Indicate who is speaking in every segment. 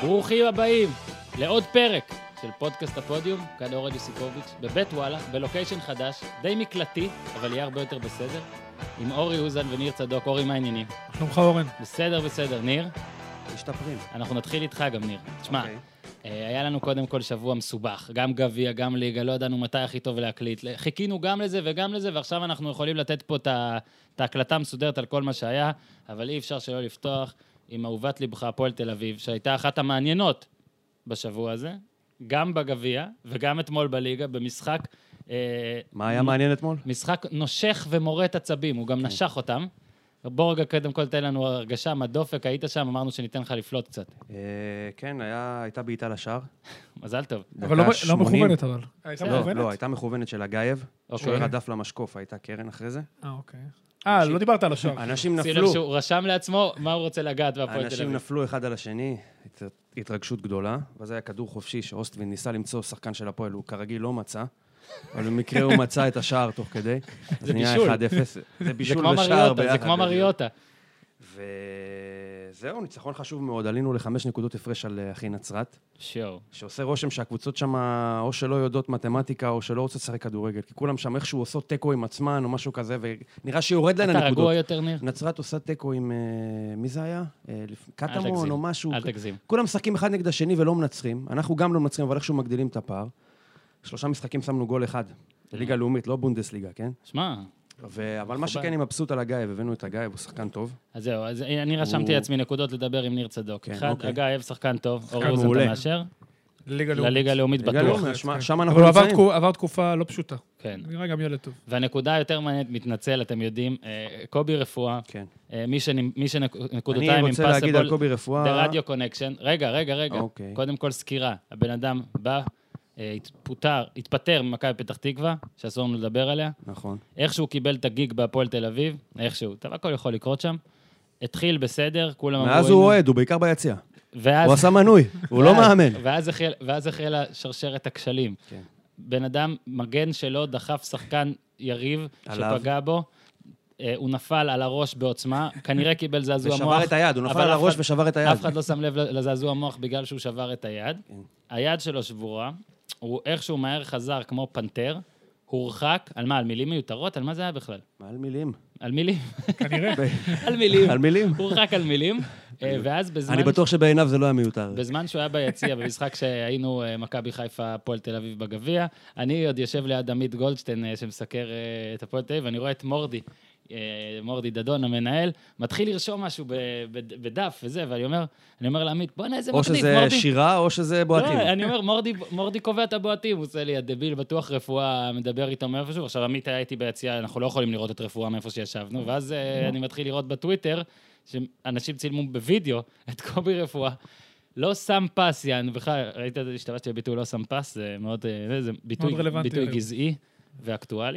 Speaker 1: ברוכים הבאים לעוד פרק של פודקאסט הפודיום, כאן אורן יוסיקוביץ', בבית וואלה, בלוקיישן חדש, די מקלטי, אבל יהיה הרבה יותר בסדר, עם אורי אוזן וניר צדוק. אורי, מה העניינים?
Speaker 2: שלומך אורן.
Speaker 1: בסדר, ניר?
Speaker 3: משתפרים.
Speaker 1: אנחנו נתחיל איתך גם, ניר. תשמע, היה לנו קודם כל שבוע מסובך, גם גביע, גם ליגה, לא ידענו מתי הכי טוב להקליט, חיכינו גם לזה וגם לזה, ועכשיו אנחנו יכולים לתת פה את ההקלטה מסודרת על כל מה שהיה, אבל אי אפשר שלא לפתוח עם אהובת ליבך הפועל תל אביב, שהייתה אחת המעניינות בשבוע הזה, גם בגביע וגם אתמול בליגה, במשחק...
Speaker 3: מה היה מעניין אתמול?
Speaker 1: משחק נושך ומורט עצבים, הוא גם נשך אותם. בוא רגע קודם כל תן לנו הרגשה, מה דופק, היית שם, אמרנו שניתן לך לפלוט קצת.
Speaker 3: כן, הייתה בעיטה לשער.
Speaker 1: מזל טוב.
Speaker 2: אבל לא מכוונת, אבל. הייתה מכוונת?
Speaker 3: לא, הייתה מכוונת של הגייב, שוער הדף למשקוף, הייתה קרן אחרי זה.
Speaker 2: אוקיי. לא דיברת על השער.
Speaker 3: אנשים נפלו.
Speaker 1: שהוא רשם לעצמו מה הוא רוצה לגעת בהפועל תל אביב.
Speaker 3: אנשים נפלו אחד על השני, התרגשות גדולה, וזה היה כדור חופשי שאוסטווין ניסה למצוא שחקן של הפועל, הוא כרגיל לא מצא, אבל במקרה הוא מצא את השער תוך כדי.
Speaker 1: זה בישול.
Speaker 3: זה בישול ושער ביחד.
Speaker 1: זה כמו מריוטה.
Speaker 3: וזהו, ניצחון חשוב מאוד, עלינו ל5 נקודות הפרש על אחי נצרת. שעושה רושם שהקבוצות שם או שלא יודעות מתמטיקה, או שלא רוצות לשחק כדורגל, כי כולם שם איכשהו עושות טקו עם עצמן, או משהו כזה, ונראה שיורד להן הנקודות.
Speaker 1: אתה רגוע יותר, ניר?
Speaker 3: נצרת עושה טקו עם... מי זה היה? קטמון או משהו.
Speaker 1: אל תגזים.
Speaker 3: כולם משחקים אחד נגד השני ולא מנצחים. אנחנו גם לא מנצחים, אבל איכשהו מגדילים את הפער. 3 משחקים שמנו גול אחד. ליגה לאומית, לא בונדסליגה, כן?
Speaker 1: שמע.
Speaker 3: אבל מה שכן, עם מבסוט על הגייב, הבאנו את הגייב, הוא שחקן טוב.
Speaker 1: אז זהו, אז אני רשמתי לעצמי נקודות לדבר עם ניר צדוק. אחד, הגייב, שחקן טוב, אורי אוזן אתה מאשר? לליגה הלאומית בטוח.
Speaker 3: שם אנחנו נמצאים.
Speaker 2: אבל עבר תקופה לא פשוטה.
Speaker 1: כן.
Speaker 2: נראה גם ילד טוב.
Speaker 1: והנקודה היותר מעניינת, מתנצל, אתם יודעים, קובי רפואה, מי שנקודותיים עם
Speaker 3: אני רוצה להגיד על קובי רפואה...
Speaker 1: ברדיו קונקשן. רגע. קודם כל סקירה. הבן אדם בא... התפטר ממכבי פתח תקווה, שאסור לנו לדבר עליה.
Speaker 3: נכון.
Speaker 1: איכשהו קיבל את הגיג בהפועל תל אביב, איכשהו, הכל יכול לקרות שם. התחיל בסדר, כולם אמרו...
Speaker 3: מאז הוא אוהד, הוא בעיקר ביציע.
Speaker 1: הוא
Speaker 3: עשה מנוי, הוא לא מאמן.
Speaker 1: ואז החלה שרשרת הכשלים. בן אדם, מגן שלו, דחף שחקן יריב, שפגע בו, הוא נפל על הראש בעוצמה, כנראה קיבל זעזוע מוח.
Speaker 3: ושבר את היד, הוא נפל על הראש ושבר את היד.
Speaker 1: אף אחד לא שם לב לזעזוע מוח בגלל שהוא שבר את היד. היד שלו שבורה, הוא איכשהו מהר חזר כמו פנטר, הורחק, על מה? על מילים מיותרות? על מה זה היה בכלל?
Speaker 3: על מילים.
Speaker 1: על מילים?
Speaker 2: כנראה.
Speaker 1: על מילים.
Speaker 3: על מילים.
Speaker 1: הורחק על מילים. ואז בזמן...
Speaker 3: אני בטוח שבעיניו זה לא היה מיותר.
Speaker 1: בזמן שהוא היה ביציע, במשחק שהיינו מכבי חיפה, הפועל תל אביב בגביע, אני עוד יושב ליד עמית גולדשטיין שמסקר את הפועל תל אביב, ואני רואה את מורדי דדון, המנהל, מתחיל לרשום משהו בדף וזה, ואני אומר לעמית, בוא נע, איזה מגניב, מורדי.
Speaker 3: או שזה שירה, או שזה בועטים.
Speaker 1: לא, אני אומר, מורדי קובע את הבועטים, הוא עושה לי, הדביל בטוח רפואה, מדבר איתו מאיפשהו, עכשיו עמית היה איתי ביציאה, אנחנו לא יכולים לראות את רפואה מאיפה שישבנו, ואז אני מתחיל לראות בטוויטר, שאנשים צילמו בווידאו את קובי רפואה, לא שם פס, בכלל, ראית השתמשתי בביטוי לא שם פס, זה מאוד, זה ביטוי גזעי ואקטואלי,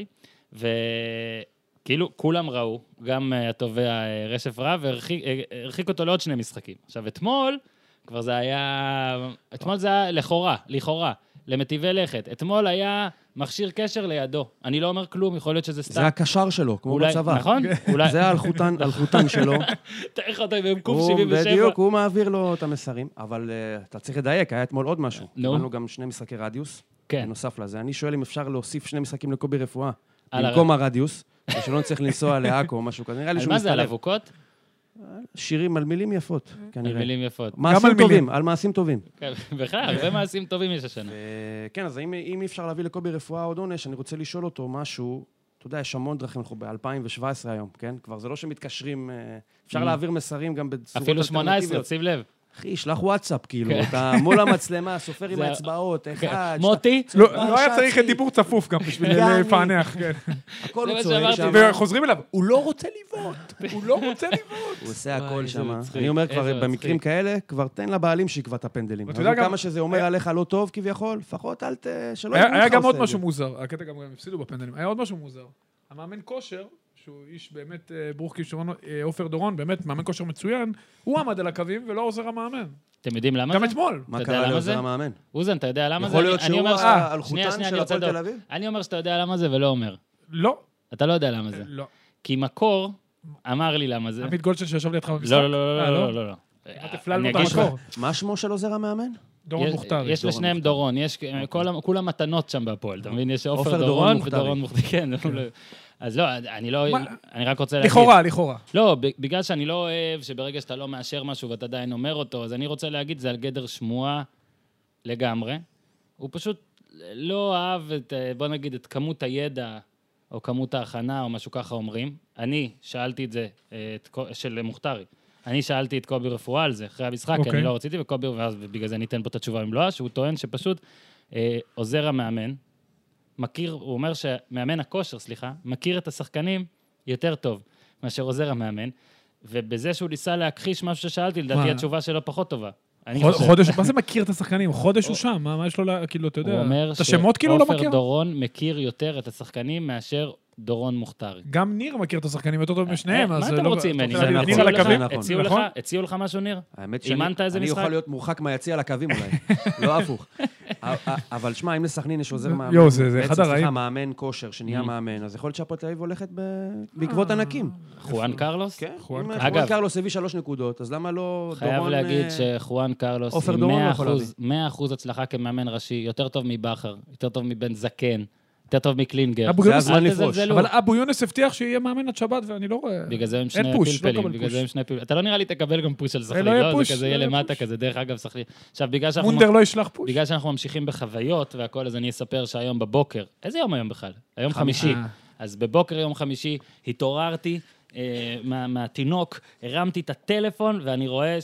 Speaker 1: כאילו, כולם ראו, גם התובע רשף רב, והרחיק אותו לעוד 2 משחקים. עכשיו, אתמול זה היה לכאורה, למטיבי לכת. אתמול היה מכשיר קשר לידו. אני לא אומר כלום, יכול להיות שזה סתם.
Speaker 3: זה הקשר שלו, כמו בצבא.
Speaker 1: נכון?
Speaker 3: זה האלחוטן שלו.
Speaker 1: תאריך אותו עם קוף 77.
Speaker 3: בדיוק, הוא מעביר לו את המסרים, אבל אתה צריך לדייק, היה אתמול עוד משהו. קיבלנו גם 2 משחקי רדיוס, בנוסף לזה. אני שואל אם אפשר להוסיף 2 משחקים לקובי רפואה, במקום הרדיוס. ושלא נצטרך לנסוע לעכו או משהו כזה. נראה לי שהוא מסתלב.
Speaker 1: על מה זה, על אבוקות?
Speaker 3: שירים על מילים יפות, כנראה.
Speaker 1: על מילים יפות.
Speaker 3: מעשים טובים, על מעשים טובים.
Speaker 1: בכלל, הרבה מעשים טובים יש השנה.
Speaker 3: כן, אז אם אי אפשר להביא לקובי רפואה עוד עונש, אני רוצה לשאול אותו משהו, אתה יודע, יש המון דרכים, אנחנו ב-2017 היום, כן? כבר זה לא שמתקשרים, אפשר להעביר מסרים גם בצורות
Speaker 1: אפילו 18, שים לב.
Speaker 3: אחי, שלח וואטסאפ, כאילו, אתה מול המצלמה, סופר עם האצבעות, אחד...
Speaker 1: מוטי?
Speaker 2: לא היה צריך את דיבור צפוף גם בשביל לפענח, כן.
Speaker 3: הכל הוא צועק שם.
Speaker 2: וחוזרים אליו, הוא לא רוצה לבעוט, הוא
Speaker 3: עושה הכל שם. אני אומר כבר, במקרים כאלה, כבר תן לבעלים שיקבע את הפנדלים. כמה שזה אומר עליך לא טוב כביכול, לפחות שלא יגעו לך.
Speaker 2: היה גם עוד משהו מוזר, הקטע גם הפסידו בפנדלים, היה עוד משהו מוזר. המאמן כושר, שהוא איש באמת ברוך כישרון, עופר דורון, באמת מאמן כושר מצוין, הוא עמד על הקווים ולא עוזר המאמן.
Speaker 1: אתם יודעים למה זה?
Speaker 2: גם אתמול.
Speaker 3: מה קרה לעוזר המאמן?
Speaker 1: אוזן, אתה יודע למה זה?
Speaker 3: יכול להיות שהוא האלחוטן של הפועל תל אביב?
Speaker 1: אני אומר שאתה יודע למה זה ולא אומר.
Speaker 2: לא.
Speaker 1: אתה לא יודע למה זה.
Speaker 2: לא.
Speaker 1: כי מקור אמר לי למה זה.
Speaker 2: עמית גולדשטיין שישב לידך במשחק?
Speaker 1: לא.
Speaker 3: מה שמו של עוזר המאמן?
Speaker 2: דורון מוכתרי.
Speaker 1: יש לשניהם דורון, יש כולם מתנות שם בהפועל, אתה מבין? יש עופר דורון ודורון מוכתרי. כן, אז לא, אני רק רוצה להגיד...
Speaker 2: לכאורה.
Speaker 1: לא, בגלל שאני לא אוהב שברגע שאתה לא מאשר משהו ואתה עדיין אומר אותו, אז אני רוצה להגיד, זה על גדר שמועה לגמרי. הוא פשוט לא אהב בוא נגיד, את כמות הידע, או כמות ההכנה, או משהו ככה אומרים. אני שאלתי את זה, של מוכתרי. אני שאלתי את קובי רפואה על זה, אחרי המשחק, כי אני לא רציתי, וקובי, ובגלל זה ניתן פה את התשובה במלואה, שהוא טוען שפשוט עוזר המאמן, הוא אומר שמאמן הכושר, מכיר את השחקנים יותר טוב מאשר עוזר המאמן, ובזה שהוא ניסה להכחיש משהו ששאלתי, לדעתי התשובה שלו פחות טובה.
Speaker 2: חודש, מה זה מכיר את השחקנים? חודש הוא שם, מה יש לו, כאילו, אתה יודע,
Speaker 1: הוא אומר שעופר דורון מכיר יותר את השחקנים מאשר דורון מוכתרי.
Speaker 2: גם ניר מכיר את השחקנים יותר טוב משניהם,
Speaker 1: מה אתם רוצים ממני? הציעו לך משהו, ניר? אימנת איזה משחק?
Speaker 3: אני יכול להיות מורחק מהיציע לקווים אולי, לא הפוך. אבל שמע, אם לסכנין יש עוזר מאמן, מאמן כושר שנהיה מאמן, אז יכול להיות שהפועל תל אביב הולכת בעקבות ענקים.
Speaker 1: חואן קרלוס?
Speaker 3: כן. חואן קרלוס הביא 3 נקודות, אז למה לא דורון...
Speaker 1: חייב להגיד שחואן קרלוס עם 100% הצלחה כמאמן ראשי, יותר טוב מבחר, יותר טוב מבן זקן. יותר טוב מקלינגר.
Speaker 3: זה הזמן לפרוש.
Speaker 2: אבל אבו יונס הבטיח שיהיה מאמן עד שבת, ואני לא רואה...
Speaker 1: בגלל זה הם שני פלפלים. אתה לא נראה לי תקבל גם פוש על סחלין, לא? זה כזה יהיה למטה כזה, דרך אגב סחלין. עכשיו,
Speaker 2: מונדר לא ישלח פוש.
Speaker 1: בגלל שאנחנו ממשיכים בחוויות והכל, אז אני אספר שהיום בבוקר, איזה יום היום בכלל? היום חמישי. אז בבוקר יום חמישי התעוררתי מהתינוק, הרמתי את הטלפון, ואני רואה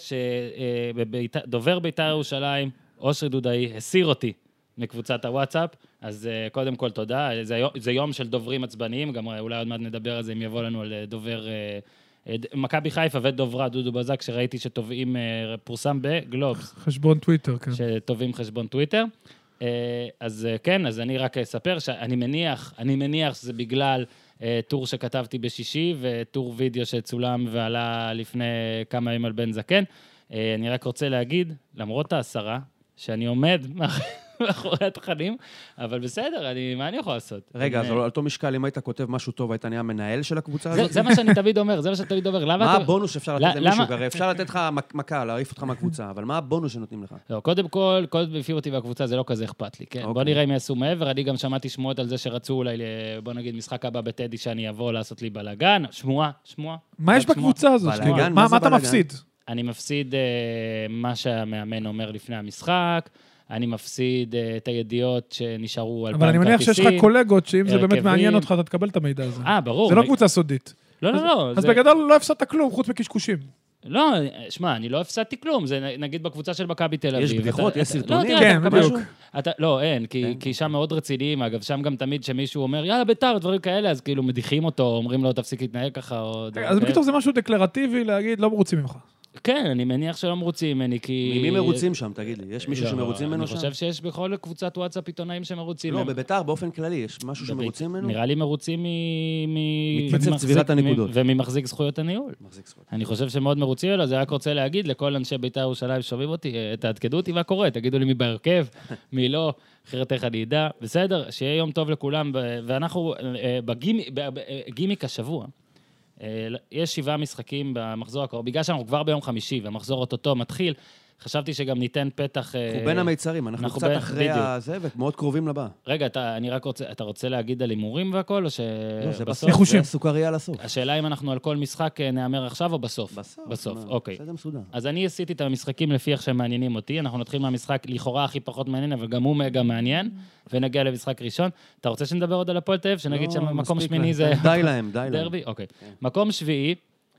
Speaker 1: שדובר בית"ר ירושלים, אושרי דודאי, הסיר אותי מקבוצת הוואטסאפ, אז קודם כל תודה, זה יום של דוברים עצבניים, גם אולי עוד מעט נדבר על זה, אם יבוא לנו על דובר מכבי חיפה ודוברה דודו בזק, שראיתי שטובים, פורסם בגלובס.
Speaker 2: חשבון טוויטר, כן.
Speaker 1: שטובים חשבון טוויטר. אז כן, אז אני רק אספר שאני מניח שזה בגלל טור שכתבתי בשישי, וטור וידאו שצולם ועלה לפני כמה ימים על בן זקן. אני רק רוצה להגיד, למרות העשרה, שאני עומד מאחורי התכנים, אבל בסדר, מה אני יכול לעשות?
Speaker 3: רגע, אז על אותו משקל, אם היית כותב משהו טוב, היית נהיה מנהל של הקבוצה הזאת?
Speaker 1: זה מה שאני תמיד אומר,
Speaker 3: מה הבונוס שאפשר לתת למישהו? הרי אפשר לתת לך מכה, להעיף אותך מהקבוצה, אבל מה הבונוס שנותנים לך?
Speaker 1: לא, קודם כל לפי אותי והקבוצה, זה לא כזה אכפת לי, כן? בוא נראה אם יעשו מעבר, אני גם שמעתי שמועות על זה שרצו אולי, בוא נגיד, משחק הבא בטדי, שאני אבוא לעשות לי בלגן, שמועה.
Speaker 2: מה יש בקבוצה הזאת? מה אתה מפסיד?
Speaker 1: אני מפסיד מה שהמאמן אומר לפני המשחק, אני מפסיד את הידיעות שנשארו 2,000
Speaker 2: אבל אני מניח שיש לך קולגות, שאם זה באמת מעניין אותך, אתה תקבל את המידע הזה.
Speaker 1: ברור.
Speaker 2: זה לא קבוצה סודית.
Speaker 1: לא.
Speaker 2: אז בגדול לא הפסדת כלום, חוץ מקשקושים.
Speaker 1: לא, שמע, אני לא הפסדתי כלום, זה נגיד בקבוצה של מכבי תל אביב.
Speaker 3: יש בדיחות, יש סרטונים.
Speaker 2: כן, בדיוק.
Speaker 1: לא, אין, כי שם מאוד רציניים, אגב, שם גם תמיד שמישהו אומר, יאללה, בית"ר, דברים כאלה, אז כאילו מדיחים אותו, אומרים לו, תפסיק להתנהל ככה.
Speaker 2: אז בקיצור זה משהו דקלרטיבי להגיד, לא מרוצים ממך.
Speaker 1: כן, אני מניח שלא מרוצים ממני, כי...
Speaker 3: ממי מרוצים שם, תגיד לי? יש מישהו שמרוצים ממנו שם?
Speaker 1: אני חושב שיש בכל קבוצת וואטסאפ עיתונאים שמרוצים.
Speaker 3: לא, בבית"ר באופן כללי, יש משהו שמרוצים ממנו?
Speaker 1: נראה לי מרוצים
Speaker 3: מקצב צבירת הנקודות.
Speaker 1: וממחזיק זכויות הניהול. אני חושב שמאוד מרוצים ממנו, אז אני רק רוצה להגיד לכל אנשי בית"ר ירושלים ששומעים אותי, תעדכנו אותי מה קורה, תגידו לי מי בהרכב, מי לא, אחרת איך אני אדע. בסדר, שיהיה יום טוב לכולם, ואנחנו בגימיק השבוע. יש 7 משחקים במחזור הקרוב, בגלל שאנחנו כבר ביום חמישי, והמחזור אוטוטו מתחיל, חשתי שגם ניתן פתח...
Speaker 3: הוא בין המיצרים, אנחנו קצת אחרי הזה, ומאוד קרובים לבא.
Speaker 1: רגע, אתה רוצה להגיד על הימורים והכל, או ש...
Speaker 3: לא, זה בסוף, זה סוכריה לסוף.
Speaker 1: השאלה אם אנחנו על כל משחק נאמר עכשיו או בסוף? בסוף, אוקיי.
Speaker 3: בסדר מסודר.
Speaker 1: אז אני עשיתי את המשחקים לפי איך שהם מעניינים אותי, אנחנו נתחיל מהמשחק לכאורה הכי פחות מעניין, אבל גם הוא מגה מעניין, ונגיע למשחק ראשון. אתה רוצה שנדבר עוד על הפועל תל אביב, שנגיד שמקום שמיני זה...
Speaker 3: די להם.
Speaker 1: דרבי? אוקיי. מקום שביעי,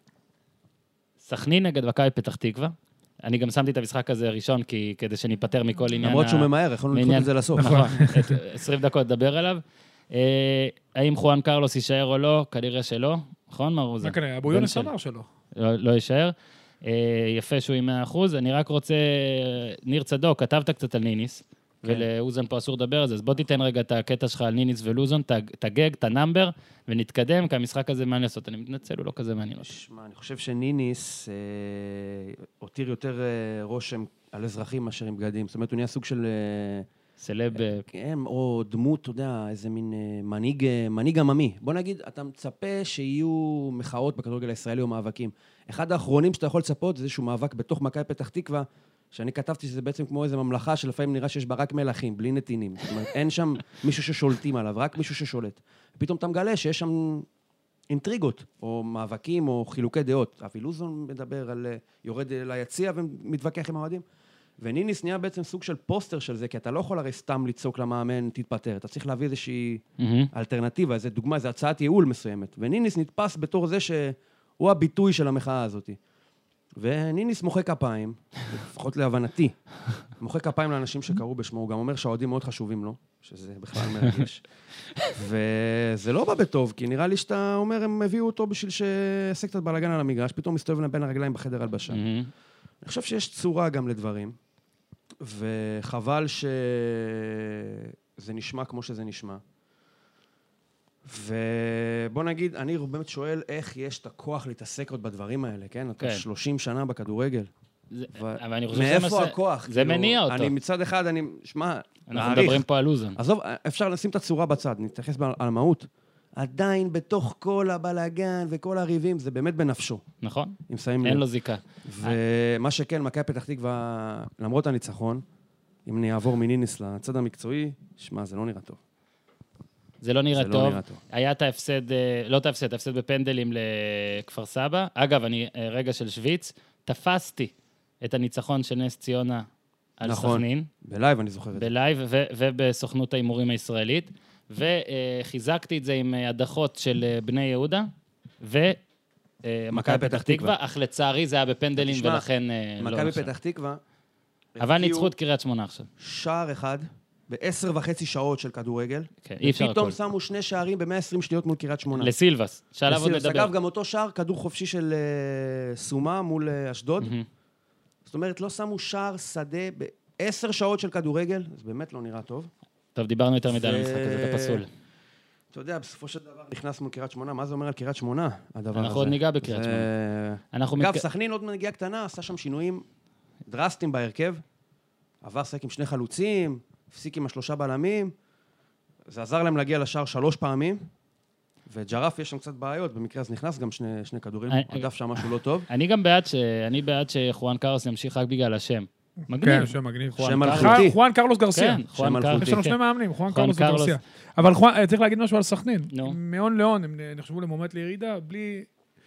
Speaker 1: סכנין נגד מכבי פתח תקווה. אני גם שמתי את המשחק הזה ראשון, כדי שניפטר מכל עניין...
Speaker 3: למרות שהוא ממהר, יכולנו לדחות את זה לסוף.
Speaker 1: נכון, 20 דקות לדבר עליו. האם חואן קרלוס יישאר או לא? כנראה שלא, נכון, מרוזה?
Speaker 2: מה כנראה? אבו יונס אמר שלא.
Speaker 1: לא יישאר. יפה שהוא עם 100%. אני רק רוצה... ניר צדוק, כתבת קצת על ניניס, ולאוזן פה אסור לדבר על זה, אז בוא תיתן רגע את הקטע שלך על ניניס ולוזון, תגג, את הנאמבר, ונתקדם, כי המשחק הזה מעניין לעשות. אני מתנצל, הוא לא כזה מעניין אותי.
Speaker 3: אני חושב שניניס הותיר יותר רושם על אזרחים מאשר עם בגדים. זאת אומרת, הוא נהיה סוג של
Speaker 1: סלב...
Speaker 3: או דמות, אתה יודע, איזה מין מנהיג עממי. בוא נגיד, אתה מצפה שיהיו מחאות בכדורגל הישראלי או מאבקים. אחד האחרונים שאתה יכול לצפות זה איזשהו מאבק בתוך מכבי פתח תקווה, שאני כתבתי שזה בעצם כמו איזו ממלכה שלפעמים נראה שיש בה רק מלכים, בלי נתינים. זאת אומרת, אין שם מישהו ששולטים עליו, רק מישהו ששולט. פתאום אתה מגלה שיש שם אינטריגות, או מאבקים, או חילוקי דעות. אבי לוזון מדבר על יורד ליציע ומתווכח עם האוהדים. וניניס נהיה בעצם סוג של פוסטר של זה, כי אתה לא יכול הרי סתם לצעוק למאמן, תתפטר. אתה צריך להביא איזושהי אלטרנטיבה, איזו דוגמה, איזו הצעת ייעול מסוימת. וניניס נתפס בתור זה שהוא הביטוי של המחאה הזאת. וניניס מוחא כפיים, לפחות להבנתי, מוחא כפיים לאנשים שקראו בשמו, הוא גם אומר שהאוהדים מאוד חשובים לו, שזה בכלל מרגש. וזה לא בא בטוב, כי נראה לי שאתה אומר, הם הביאו אותו בשביל שעשה קצת בלגן על המגרש, פתאום מסתובב להם בין הרגליים בחדר הלבשה. אני חושב שיש צורה גם לדברים, וחבל שזה נשמע כמו שזה נשמע. ובוא נגיד, אני באמת שואל איך יש את הכוח להתעסק עוד בדברים האלה, כן? אתה 30 שנה בכדורגל.
Speaker 1: אבל אני חושב
Speaker 3: מאיפה הכוח?
Speaker 1: זה מניע אותו.
Speaker 3: אני מצד אחד, שמע,
Speaker 1: אנחנו מדברים פה על לוזון.
Speaker 3: עזוב, אפשר לשים את הצורה בצד, נתייחס על המהות. עדיין בתוך כל הבלגן וכל הריבים, זה באמת בנפשו.
Speaker 1: נכון, אין לו זיקה.
Speaker 3: ומה שכן, מכבי פתח תקווה, למרות הניצחון, אם אני אעבור מניניס לצד המקצועי, שמע, זה לא נראה טוב.
Speaker 1: זה לא נראה טוב. היה את ההפסד, לא את ההפסד, ההפסד בפנדלים לכפר סבא. אגב, אני רגע של שוויץ, תפסתי את הניצחון של נס ציונה על סכנין.
Speaker 3: בלייב אני זוכר את זה.
Speaker 1: בלייב ובסוכנות האימורים הישראלית, וחיזקתי את זה עם הדחות של בני יהודה, ומכבי פתח תקווה, אך לצערי זה היה בפנדלים ולכן לא
Speaker 3: מכבי פתח תקווה.
Speaker 1: אבל ניצחו את קריית שמונה עכשיו.
Speaker 3: שער אחד. ב10.5 שעות של כדורגל,
Speaker 1: ופתאום
Speaker 3: הכל. שמו 2 שערים ב120 שניות מול קריית שמונה.
Speaker 1: לסילבס, שעליו עוד נדבר.
Speaker 3: אגב, גם אותו שער, כדור חופשי של סומה מול אשדוד. זאת אומרת, לא שמו שער שדה ב10 שעות של כדורגל, זה באמת לא נראה טוב.
Speaker 1: טוב, דיברנו יותר מדי על המשחק הזה, אתה פסול.
Speaker 3: אתה יודע, בסופו של דבר נכנס מול קריית שמונה, מה זה אומר על קריית שמונה, הדבר הזה?
Speaker 1: אנחנו עוד ניגע בקריית שמונה.
Speaker 3: אגב, סכנין עוד נגיעה קטנה, עשה שם שינויים דרסטיים בהרכב, עבר שחק עם 2 חלוצים, הפסיק עם 3 בלמים, זה עזר להם להגיע לשער 3 פעמים, וג'רף יש שם קצת בעיות, במקרה אז נכנס גם 2 כדורים, עדף שם משהו לא טוב.
Speaker 1: אני גם בעד שחואן קרלוס ימשיך רק בגלל השם. מגניב.
Speaker 2: כן, שם מגניב.
Speaker 3: שם מלכותי.
Speaker 2: חואן קרלוס גרסיה.
Speaker 1: כן, חואן קרלוס.
Speaker 2: יש לנו 2 מאמנים, חואן קרלוס וגרסיה. אבל צריך להגיד משהו על סכנין. מהון להון, הם נחשבו למועמד לירידה, בלי...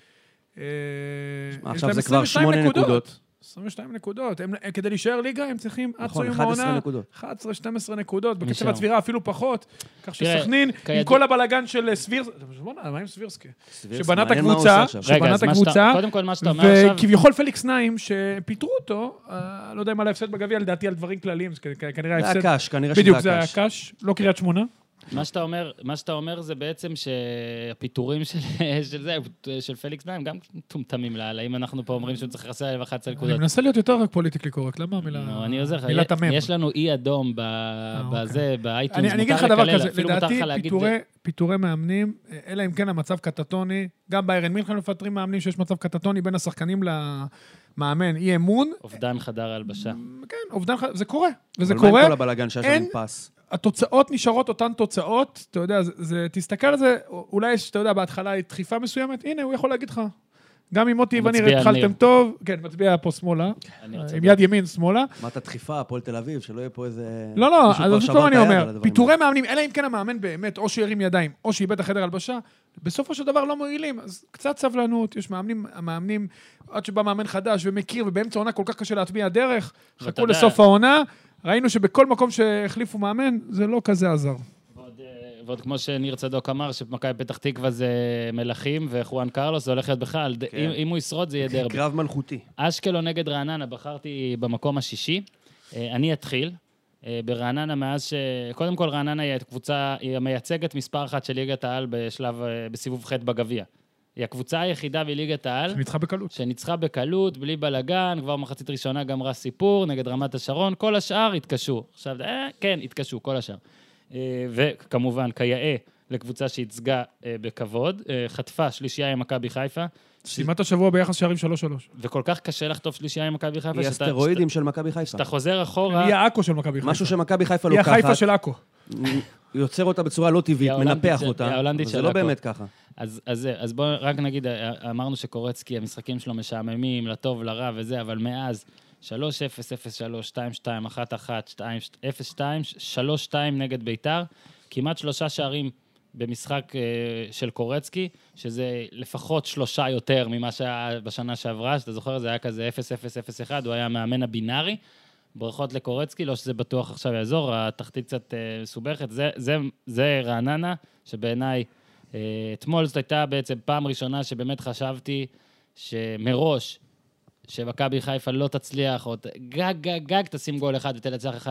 Speaker 3: עכשיו זה כבר 8 נקודות.
Speaker 2: 22 נקודות. כדי להישאר ליגה, הם צריכים עד סוף העונה 11-12 נקודות, בקצב הצבירה אפילו פחות. כך שסכנין, עם כל הבלגן של סבירסקי, מה עם סבירסקי? שבנה את הקבוצה,
Speaker 1: קודם כל מה שאתה אומר עכשיו...
Speaker 2: וכביכול פליקס נעים, שפיתרו אותו, לא יודע אם על ההפסד בגביע, לדעתי על דברים כלליים, כנראה ההפסד...
Speaker 3: זה הקש, כנראה שזה
Speaker 2: בדיוק, זה הקש, לא קריית שמונה.
Speaker 1: מה שאתה אומר זה בעצם שהפיתורים של פליקס נעים גם טומטמים לה, אם אנחנו פה אומרים שהוא צריך לחסר עליו 11 נקודות.
Speaker 2: אני מנסה להיות יותר רק פוליטיקלי קורקט, למה מילת המם?
Speaker 1: יש לנו אי אדום בזה, באייטונס,
Speaker 2: אני אגיד לך דבר כזה, לדעתי פיתורי מאמנים, אלא אם כן המצב קטטוני, גם ביירן מינכן מפטרים מאמנים שיש מצב קטטוני בין השחקנים למאמן, אי אמון.
Speaker 1: אובדן חדר הלבשה.
Speaker 2: כן, אובדן, זה קורה, וזה
Speaker 3: קורה.
Speaker 2: אבל מה
Speaker 3: עם כל הבלגן שיש לנו פס?
Speaker 2: התוצאות נשארות אותן תוצאות, אתה יודע, תסתכל על זה, אולי יש, אתה יודע, בהתחלה דחיפה מסוימת, הנה, הוא יכול להגיד לך, גם אם מוטי וניר התחלתם טוב, כן, מצביע פה שמאלה, עם יד ימין שמאלה.
Speaker 3: מה אתה דחיפה, הפועל תל אביב, שלא יהיה פה איזה...
Speaker 2: לא, אז זאת לא אני אומר, פיתורי מאמנים, אלא אם כן המאמן באמת, או שירים ידיים, או שאיבד החדר הלבשה, בסופו של דבר לא מועילים, אז קצת סבלנות, יש מאמנים, עד שבא מאמן חדש ומכיר, ובאמצע העונה כל כך קשה להטביע דרך, חכו לסוף העונה, ראינו שבכל מקום שהחליפו מאמן, זה לא כזה עזר.
Speaker 1: ועוד כמו שניר צדוק אמר, שמכבי פתח תקווה זה מלכים, וחואן קרלוס זה הולך להיות בכלל, אם הוא ישרוד זה יהיה דרבי.
Speaker 3: קרב מלכותי.
Speaker 1: אשקלון נגד רעננה, בחרתי במקום השישי. אני אתחיל. ברעננה מאז קודם כל רעננה היא הקבוצה, היא המייצגת מספר אחת של ליגת העל בסיבוב ח' בגביע. היא הקבוצה היחידה בליגת העל. שניצחה בקלות, בלי בלגן, כבר מחצית ראשונה גמרה סיפור, נגד רמת השרון, כל השאר התקשו. עכשיו, כן, התקשו, כל השאר. וכמובן, כיאה, לקבוצה שהצגה בכבוד, חטפה שלישייה עם מכבי חיפה.
Speaker 2: סיימת השבוע ביחס שערים 3-3.
Speaker 1: וכל כך קשה לחטוף שלישייה עם מכבי חיפה.
Speaker 3: היא הסטרואידים של מכבי חיפה.
Speaker 1: שאתה חוזר אחורה...
Speaker 2: היא האקו של מכבי חיפה.
Speaker 3: משהו שמכבי חיפה לוקחת.
Speaker 2: היא החיפה של האקו.
Speaker 3: יוצר אותה בצורה לא טבעית, מנפח אותה. זה לא באמת ככה.
Speaker 1: אז בואו רק נגיד, אמרנו שקורצקי, המשחקים שלו משעממים, לטוב, לרע וזה, אבל מאז 3-0, 0-3, 2-2, 1-1, 2-0-2, 3-2 נגד ביתר, כמעט 3 שערים במשחק של קורצקי, שזה לפחות 3 יותר ממה שהיה בשנה שעברה, שאתה זוכר, זה היה כזה 0-0-0-1, הוא היה המאמן הבינארי, ברכות לקורצקי, לא שזה בטוח עכשיו יעזור, התחתית קצת מסובכת, זה רעננה, שבעיניי, אתמול זאת הייתה בעצם פעם ראשונה שבאמת חשבתי שמראש, שמכבי חיפה לא תצליח, או גג תשים גול אחד ותנצח 1-0,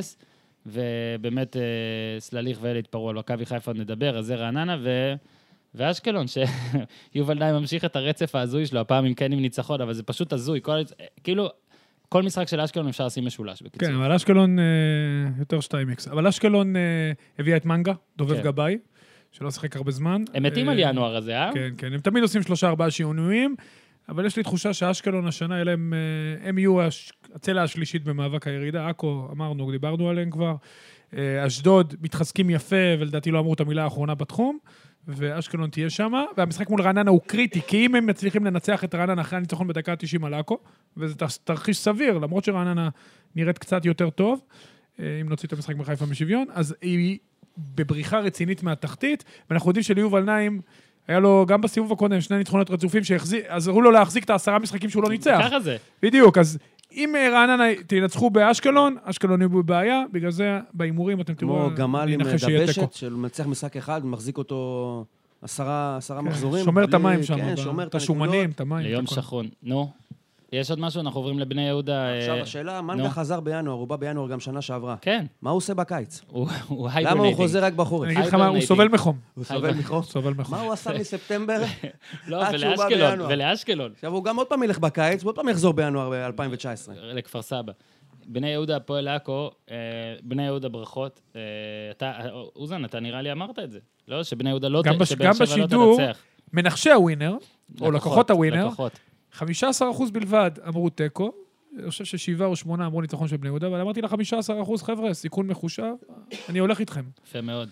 Speaker 1: ובאמת סלליך ואלה התפרעו על מכבי חיפה נדבר, אז זה רעננה, ואשקלון, שיובל נעים ממשיך את הרצף ההזוי שלו, הפעם עם כן עם ניצחון, אבל זה פשוט הזוי, כאילו, כל משחק של אשקלון אפשר לשים משולש, בקיצור.
Speaker 2: כן, אבל אשקלון יותר 2x, אבל אשקלון הביאה את מנגה, דובב גבאי, שלא שיחק הרבה זמן.
Speaker 1: הם מתים על ינואר הזה,
Speaker 2: כן, כן, הם תמיד עושים 3-4 שינויים, אבל יש לי תחושה שאשקלון השנה, הם יהיו הצלע השלישית במאבק הירידה, עכו, אמרנו, דיברנו עליהם כבר, אשדוד מתחזקים יפה, ולדעתי לא אמרו את המילה האחרונה בתחום, ואשקלון תהיה שמה, והמשחק מול רעננה הוא קריטי, כי אם הם מצליחים לנצח את רעננה אחרי הניצחון בדקה 90 על עכו, וזה תרחיש סביר, למרות שרעננה נראית קצת יותר טוב, אם נוציא את המשחק בחיפה משוויון, אז היא בבריחה רצינית מהתחתית, ואנחנו יודעים שליובל נעים, היה לו גם בסיבוב הקודם 2 ניצחונות רצופים שעזרו לו להחזיק את 10 משחקים שהוא לא ניצח.
Speaker 1: ככה זה.
Speaker 2: בדיוק, אז אם רעננה תנצחו באשקלון, אשקלון יהיו בבעיה, בגלל זה באימורים אתם תראו...
Speaker 3: כמו גמל עם דבשת של מנצח משחק אחד, מחזיק אותו 10 מחזורים.
Speaker 2: שומר את המים שם,
Speaker 3: את
Speaker 2: השומנים, את המים.
Speaker 1: ליום שחון. נו, יש עוד משהו? אנחנו עוברים לבני יהודה...
Speaker 3: עכשיו השאלה, מנגה חזר בינואר, הוא בא בינואר גם שנה שעברה.
Speaker 1: כן.
Speaker 3: מה הוא עושה בקיץ?
Speaker 1: הוא
Speaker 3: למה הוא חוזר רק בחורף?
Speaker 2: אני אגיד לך מה, הוא סובל מחום.
Speaker 3: הוא סובל מחום?
Speaker 2: סובל מחום.
Speaker 3: מה הוא עשה מספטמבר?
Speaker 1: לא, ולאשקלון.
Speaker 3: עכשיו הוא גם עוד פעם ילך בקיץ, ועוד פעם יחזור בינואר ב-2019.
Speaker 1: לכפר סבא. בני יהודה, הפועל עכו, בני יהודה ברכות. אוזן, אתה נראה לי אמרת את זה. לא, שבני יהודה לא תנצח.
Speaker 2: גם בשידור, מנחשי הווינר, או לקוחות הווינר, 15% בלבד אמרו טקו, אני חושב ש7 או 8 אמרו ניצחון של בני יהודה, אבל אמרתי ל15%, חבר'ה, סיכון מחושב, אני הולך איתכם.
Speaker 1: יפה מאוד.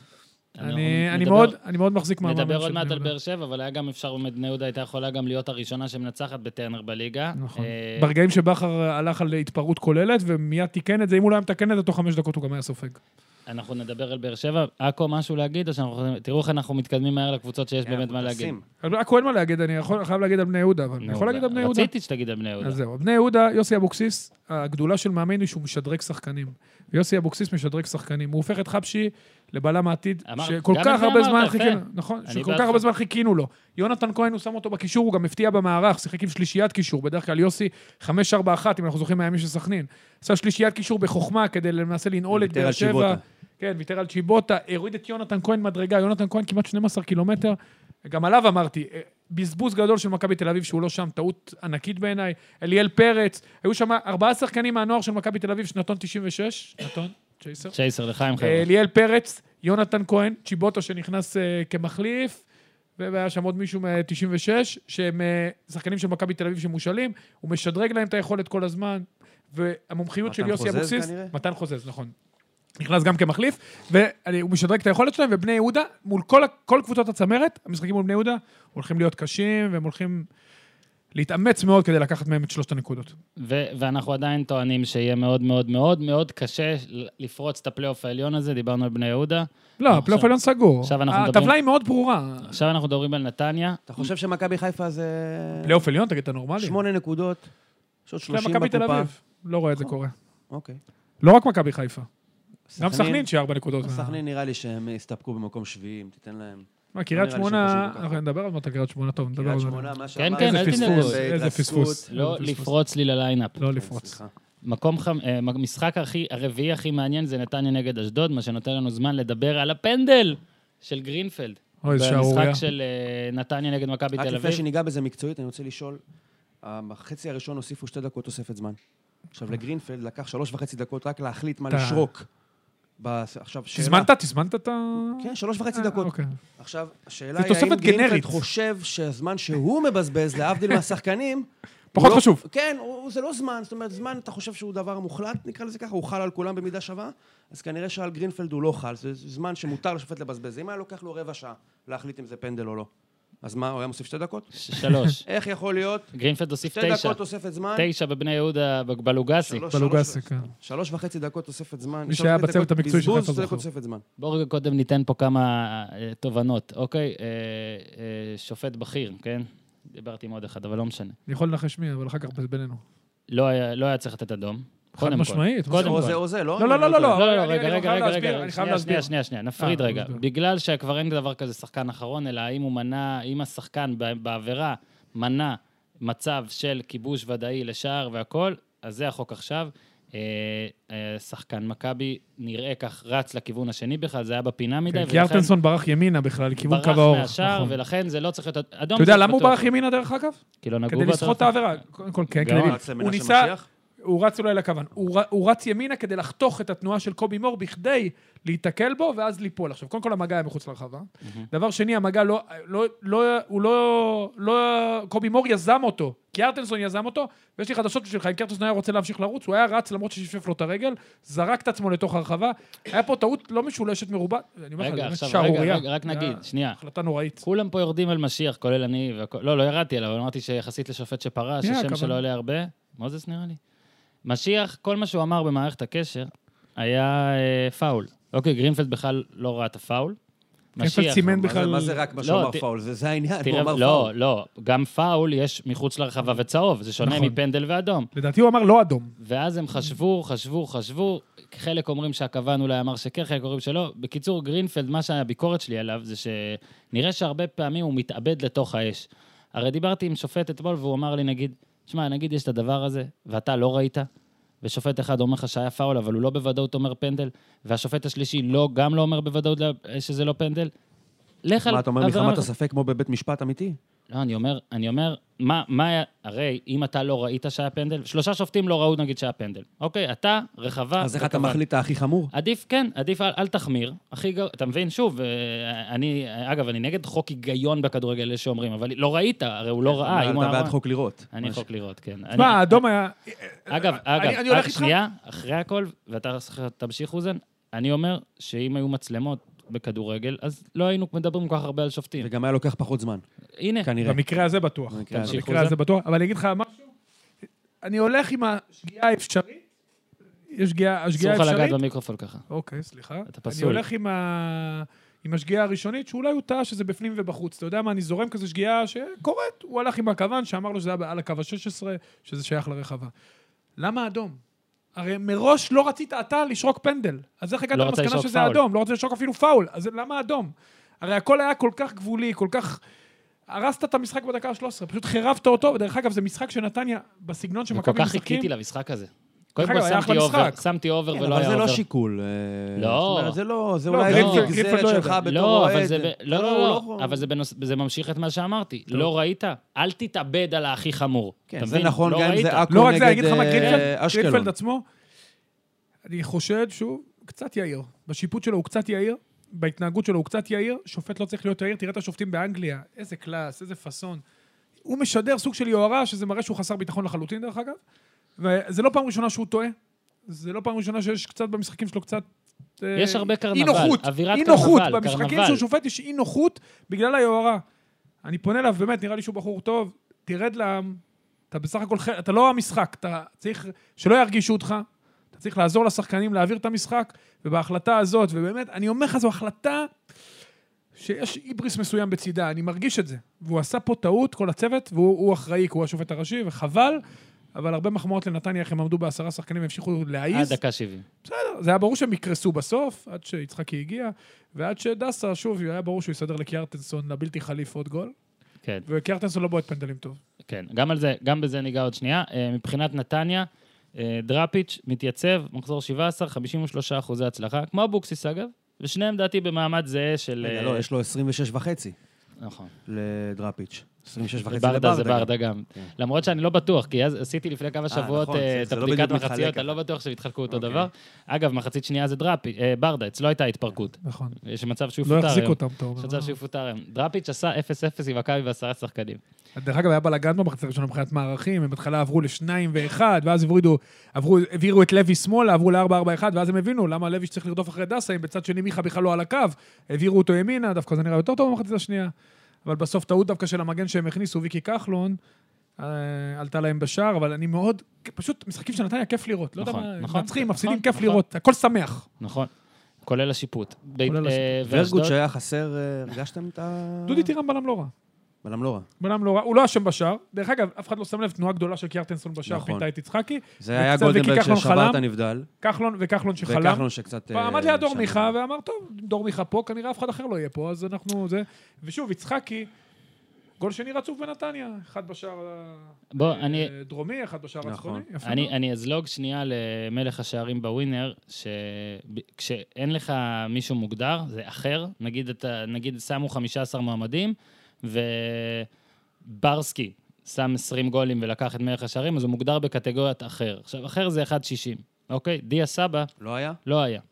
Speaker 2: אני מאוד מחזיק מהמאמן של בני יהודה.
Speaker 1: נדבר עוד מעט על באר שבע, אבל היה גם אפשר, בני יהודה הייתה יכולה גם להיות הראשונה שמנצחת בטרנר בליגה.
Speaker 2: נכון. ברגעים שבחר הלך על התפרעות כוללת, ומיד תיקן את זה, אם הוא לא היה מתקן את זה, תוך 5 דקות הוא גם היה סופג.
Speaker 1: אנחנו נדבר על באר שבע. עכו, משהו להגיד? תראו איך אנחנו מתקדמים מהר לקבוצות שיש באמת מה להגיד.
Speaker 2: עכו אין מה להגיד, אני חייב להגיד על בני יהודה, אבל אני יכול להגיד על בני יהודה.
Speaker 1: רציתי שתגיד על בני יהודה.
Speaker 2: אז זהו, בני יהודה, יוסי אבוקסיס, הגדולה של מאמן היא שהוא משדרג שחקנים. ויוסי אבוקסיס משדרג שחקנים. הוא הופך את חבשי לבעלם העתיד, שכל כך הרבה זמן חיכינו, נכון, שכל כך הרבה זמן חיכינו לו. יונתן כהן, הוא שם אותו בקישור, הוא גם הפתיע במערך, שיחק עם שלישיית קישור, בדרך כלל יוסי 5-4-1, אם אנחנו זוכרים מהימים של סכנין. עשה שלישיית קישור בחוכמה כדי למעשה לנעול את באר שבע. כן, ויתר על צ'יבוטה, הוריד את יונתן כהן מדרגה, יונתן כהן כמעט 12 קילומטר, גם עליו אמרתי, בזבוז גדול של מכבי תל אביב, שהוא לא שם, טעות ענקית בעיניי, אליאל פרץ, היו שם 4 שחקנים מהנוער של מכבי תל אביב, שנתון 96, נתון,
Speaker 1: צ'ייסר לחיים חבר'ה.
Speaker 2: אליאל פרץ, יונתן כהן, צ'יבוטה שנכנס כמחליף, והיה שם עוד מישהו מ-96, שהם שחקנים של מכבי תל אביב שמושלים, הוא משדרג להם את היכולת כל הזמן, והמומחיות של יוסי אבוקסיס, מתן חוזז, נכון. נכנס גם כמחליף, והוא משדרג את היכולת שלהם, ובני יהודה, מול כל קבוצות הצמרת, המשחקים מול בני יהודה, הולכים להיות קשים, והם הולכים להתאמץ מאוד כדי לקחת מהם את 3 הנקודות.
Speaker 1: ואנחנו עדיין טוענים שיהיה מאוד מאוד מאוד מאוד קשה לפרוץ את הפלייאוף העליון הזה, דיברנו על בני יהודה.
Speaker 2: לא, הפלייאוף העליון סגור. הטבלה היא מאוד ברורה.
Speaker 1: עכשיו אנחנו מדברים על נתניה.
Speaker 3: אתה חושב שמכבי חיפה זה...
Speaker 2: פלייאוף עליון, תגיד, אתה נורמלי?
Speaker 3: 8 נקודות, יש עוד 30
Speaker 2: מכבי תל
Speaker 3: בקופה.
Speaker 2: אביב, לא רואה את זה קורה.
Speaker 3: אוקיי.
Speaker 2: לא רק מכבי חיפה. גם סכנין שיהיה 4 נקודות.
Speaker 3: סכנין נראה לי שהם הסתפקו במקום 7, תיתן להם...
Speaker 2: קריית שמונה, אנחנו נדבר על קריית שמונה, טוב, נדבר על זה.
Speaker 1: כן, כן, אל תנגעו.
Speaker 2: איזה פספוס.
Speaker 1: לא לפרוץ לי לליינאפ.
Speaker 2: לא לפרוץ.
Speaker 1: המשחק הרביעי הכי מעניין זה נתניה נגד אשדוד, מה שנותן לנו זמן לדבר על הפנדל של גרינפלד. במשחק של נתניה נגד מכבי תל אביב.
Speaker 3: רק לפני שניגע בזה מקצועית, אני רוצה לשאול, בחצי הראשון הוסיפו 2 דקות תוספת זמן. עכשיו לגרינפלד לקח 3.5 דקות רק להחליט מה לשרוק. עכשיו, שאלה...
Speaker 2: תזמנת את ה...
Speaker 3: כן, 3.5 דקות. עכשיו, השאלה
Speaker 2: היא, האם
Speaker 3: גרינפלד חושב שהזמן שהוא מבזבז, להבדיל מהשחקנים...
Speaker 2: פחות חשוב.
Speaker 3: כן, זה לא זמן, זאת אומרת, זמן אתה חושב שהוא דבר מוחלט, נקרא לזה ככה, הוא חל על כולם במידה שווה, אז כנראה שעל גרינפלד הוא לא חל, זה זמן שמותר לשופט לבזבז. אם היה לוקח לו רבע שעה להחליט אם זה פנדל או לא. אז מה, הוא היה מוסיף 2 דקות?
Speaker 1: 3.
Speaker 3: איך יכול להיות?
Speaker 1: גרינפלד הוסיף 9.
Speaker 3: 2 דקות תוספת זמן.
Speaker 1: 9 בבני יהודה בלוגסי.
Speaker 2: בלוגסי, כן.
Speaker 3: 3.5 דקות תוספת זמן.
Speaker 2: מי שהיה בצוות המקצועי שלך
Speaker 3: בזבוז, 2 דקות תוספת זמן.
Speaker 1: בואו רגע קודם ניתן פה כמה תובנות, אוקיי? שופט בכיר, כן? דיברתי עם עוד אחד, אבל לא משנה.
Speaker 2: אני יכול לנחש מי, אבל אחר כך בינינו.
Speaker 1: לא היה צריך לתת אדום.
Speaker 2: חד משמעית.
Speaker 3: או זה, לא?
Speaker 2: לא,
Speaker 1: רגע, שנייה, נפריד רגע. בגלל שכבר אין דבר כזה שחקן אחרון, אלא אם השחקן בעבירה מנע מצב של כיבוש ודאי לשער והכל, אז זה החוק עכשיו. שחקן מכבי נראה כך רץ לכיוון השני בכלל, זה היה בפינה מדי.
Speaker 2: כי ארטנסון ברח ימינה בכלל, לכיוון קו האור.
Speaker 1: ברח מהשער, ולכן זה לא צריך להיות אדום.
Speaker 2: אתה יודע למה הוא ברח ימינה דרך אגב?
Speaker 1: כי לא נגעו
Speaker 2: כדי לסחוט את העבירה. קודם כל, כן, הוא ניסה... הוא רץ אולי לכוון. הוא רץ ימינה כדי לחתוך את התנועה של קובי מור בכדי להתקל בו ואז ליפול. עכשיו, קודם כל המגע היה מחוץ לרחבה. דבר שני, המגע קובי מור יזם אותו, כי ארטנסון יזם אותו, ויש לי חדשות בשבילך, אם ארטנסון היה רוצה להמשיך לרוץ, הוא היה רץ למרות ששפף לו את הרגל, זרק את עצמו לתוך הרחבה, היה פה טעות לא משולשת מרובה.
Speaker 1: רגע, רק נגיד, שנייה.
Speaker 2: החלטה נוראית.
Speaker 1: כולם פה יורדים על משיח, כולל אני, לא ירדתי עליו, אבל אמרתי שיחסית לשופט שפרש, השם שלו עולה הרבה. מוזס נראה לי. משיח, כל מה שהוא אמר במערכת הקשר, היה פאול. אוקיי, גרינפלד בכלל לא ראה את הפאול.
Speaker 2: גרינפלד סימן בכלל...
Speaker 3: מה זה רק מה שהוא אמר פאול? זה העניין, הוא אמר פאול.
Speaker 1: לא, גם פאול יש מחוץ לרחבה וצהוב, זה שונה מפנדל ואדום.
Speaker 2: לדעתי הוא אמר לא אדום.
Speaker 1: ואז הם חשבו, חלק אומרים שהכוון אולי אמר שכן, חלק אומרים שלא. בקיצור, גרינפלד, מה שהביקורת שלי עליו, זה שנראה שהרבה פעמים הוא מתאבד לתוך האש. הרי דיברתי עם שופט אתמול, והוא אמר לי, נגיד יש את הדבר הזה, ואתה לא ראית, ושופט אחד אומר לך שהיה פאול, אבל הוא לא בוודאות אומר פנדל, והשופט השלישי גם לא אומר בוודאות שזה לא פנדל.
Speaker 3: מה אתה אומר מחמת הספק כמו בבית משפט אמיתי?
Speaker 1: לא, אני אומר, הרי אם אתה לא ראית שהיה פנדל, 3 שופטים לא ראו נגיד שהיה פנדל. אוקיי, אתה, רחבה...
Speaker 3: אז איך אתה מחליט הכי חמור?
Speaker 1: עדיף אל תחמיר. אתה מבין, שוב, אני נגד חוק היגיון בכדורגל, אלה שאומרים, אבל לא ראית, הרי הוא לא ראה.
Speaker 3: אתה בעד חוק לראות.
Speaker 1: אני חוק לראות, כן.
Speaker 2: תשמע, האדום היה...
Speaker 1: אגב, שנייה, אחרי הכל, ואתה תמשיך אוזן, אני אומר שאם היו מצלמות, בכדורגל, אז לא היינו מדברים כל כך הרבה על שופטים.
Speaker 3: וגם היה לוקח פחות זמן.
Speaker 1: הנה.
Speaker 3: כנראה.
Speaker 2: במקרה הזה בטוח. אבל אני אגיד לך משהו, אני הולך עם השגיאה האפשרית, יש השגיאה האפשרית.
Speaker 1: אסור לך לגעת במיקרופון ככה.
Speaker 2: אוקיי, סליחה.
Speaker 1: אתה פסול.
Speaker 2: אני הולך עם השגיאה הראשונית, שאולי הוא טעה שזה בפנים ובחוץ. אתה יודע מה, אני זורם כזה שגיאה שקורית. הוא הלך עם הכוון, שאמר לו שזה היה על הקו ה-16, שזה שייך לרחבה. למה אדום? הרי מראש לא רצית אתה לשרוק פנדל. אז איך הגעת למסקנה שזה אדום? לא רוצה לשרוק אפילו פאול. אז למה אדום? הרי הכל היה כל כך גבולי, כל כך... הרסת את המשחק בדקה ה-13, פשוט חרבת אותו, ודרך אגב זה משחק שנתניה בסגנון שמכבי משחקים.
Speaker 1: וכל כך חיכיתי למשחק הזה. קודם כל שמתי אובר ולא היה
Speaker 3: אבל
Speaker 1: אובר.
Speaker 3: זה לא שיקול.
Speaker 1: לא.
Speaker 3: זה אולי נגזרת שלך בתור אוהד.
Speaker 1: לא, אבל זה ממשיך את מה שאמרתי. לא ראית? אל תתאבד על הכי חמור.
Speaker 3: זה נכון, גם אם זה
Speaker 2: אקו נגד גרינפלד עצמו. אני חושד שהוא קצת יאיר. בשיפוט שלו הוא קצת יאיר, בהתנהגות שלו הוא קצת יאיר, שופט לא צריך להיות יאיר, תראה את השופטים באנגליה, איזה קלאס, איזה פסון. הוא משדר סוג של יוהרה, שזה מראה שהוא חסר ביטחון לחלוטין דרך אגב, וזה לא פעם ראשונה שהוא טועה, זה לא פעם ראשונה שיש קצת במשחקים שלו קצת...
Speaker 1: יש הרבה קרנבל, אווירת קרנבל.
Speaker 2: אי נוחות, במשחקים שהוא שופט יש אי נוחות בגלל היוהרה. אני פונה אליו, באמת, נראה לי שהוא בחור טוב, תרד לעם, אתה בסך הכל, אתה לא המשחק, אתה צריך שלא ירגישו אותך, אתה צריך לעזור לשחקנים להעביר את המשחק, ובהחלטה הזאת, ובאמת, אני אומר לך, זו החלטה שיש איבריס מסוים בצידה, אני מרגיש את זה. והוא עשה פה טעות, כל הצוות, והוא אחראי, הוא השופט הראשי, וחבל, אבל הרבה מחמאות לנתניה, איך הם עמדו ב10 שחקנים, והמשיכו להעיז.
Speaker 1: עד דקה 70.
Speaker 2: בסדר, זה היה ברור שהם יקרסו בסוף, עד שיצחקי הגיע, ועד שדסה, שוב, היה ברור שהוא יסדר לקיארטנסון, לבלתי חליף עוד גול.
Speaker 1: כן.
Speaker 2: וקיארטנסון לא בועט פנדלים טוב.
Speaker 1: כן, גם בזה ניגע עוד שנייה. מבחינת נתניה, דראפיץ' מתייצב, מחזור 17, 53% הצלחה, כמו אבוקסיס אגב, ושניהם דעתי במעמד זה של...
Speaker 3: לא, יש לו 26.5.
Speaker 1: נכון.
Speaker 3: לדראפיץ'. 26.5
Speaker 1: לברדה. זה ברדה גם. למרות שאני לא בטוח, כי אז עשיתי לפני כמה שבועות את הבדיקת מחציות, אני לא בטוח שהתחלקו אותו דבר. אגב, מחצית שנייה זה ברדה, אצלו הייתה התפרקות.
Speaker 2: נכון.
Speaker 1: יש מצב שהוא פוטר.
Speaker 2: לא יחזיק אותם טוב.
Speaker 1: יש מצב שהוא פוטר. דראפיץ' עשה 0-0 עם מכבי ו10 שחקנים.
Speaker 2: דרך אגב, היה בלגן במחצית הראשונה מבחינת מערכים, הם בהתחלה עברו ל2-1, ואז העבירו את לוי שמאלה, עברו ל4-4-1, ואז הם הבינו למה לוי צריך לרדוף אחרי דסה, אם בצד שני מיכה בכלל לא על הקו, העבירו אותו ימינה, דווקא זה נראה יותר טוב במחצית השנייה. אבל בסוף טעות דווקא של המגן שהם הכניסו, ויקי כחלון, עלתה להם בשער, אבל אני מאוד, פשוט משחקים של נתניה כיף לראות. לא יודע מה, מצחיקים, מפסידים, כיף לראות, הכל שמח.
Speaker 1: נכון, כולל השיפוט.
Speaker 3: ורגוט שהיה חסר, הרגשתם את ה...
Speaker 2: דודי טירם בלם לא רע.
Speaker 3: בלם לא רע.
Speaker 2: בלם לא רע, הוא לא אשם בשער. דרך אגב, אף אחד לא שם לב, תנועה גדולה של קיארטנסון בשער, פינתה את יצחקי.
Speaker 3: זה היה גולדנברג ששבר את הנבדל.
Speaker 2: וכחלון שחלם.
Speaker 3: וכחלון שקצת...
Speaker 2: עמד ליד דור מיכה ואמר, טוב, דור מיכה פה, כנראה אף אחד אחר לא יהיה פה, אז אנחנו... ושוב, יצחקי, גול שני רצוף בנתניה, אחד בשער דרומי, אחד בשער הצפוני.
Speaker 1: אני אזלוג שנייה למלך השערים בווינר, שכשאין לך מישהו מוגדר, זה אחר, נגיד שמו 15 מועמדים, וברסקי שם 20 גולים ולקח את מלך השערים, אז הוא מוגדר בקטגוריית אחר. עכשיו, אחר זה 1.60, אוקיי? דיה סבא...
Speaker 3: לא היה?
Speaker 1: לא היה.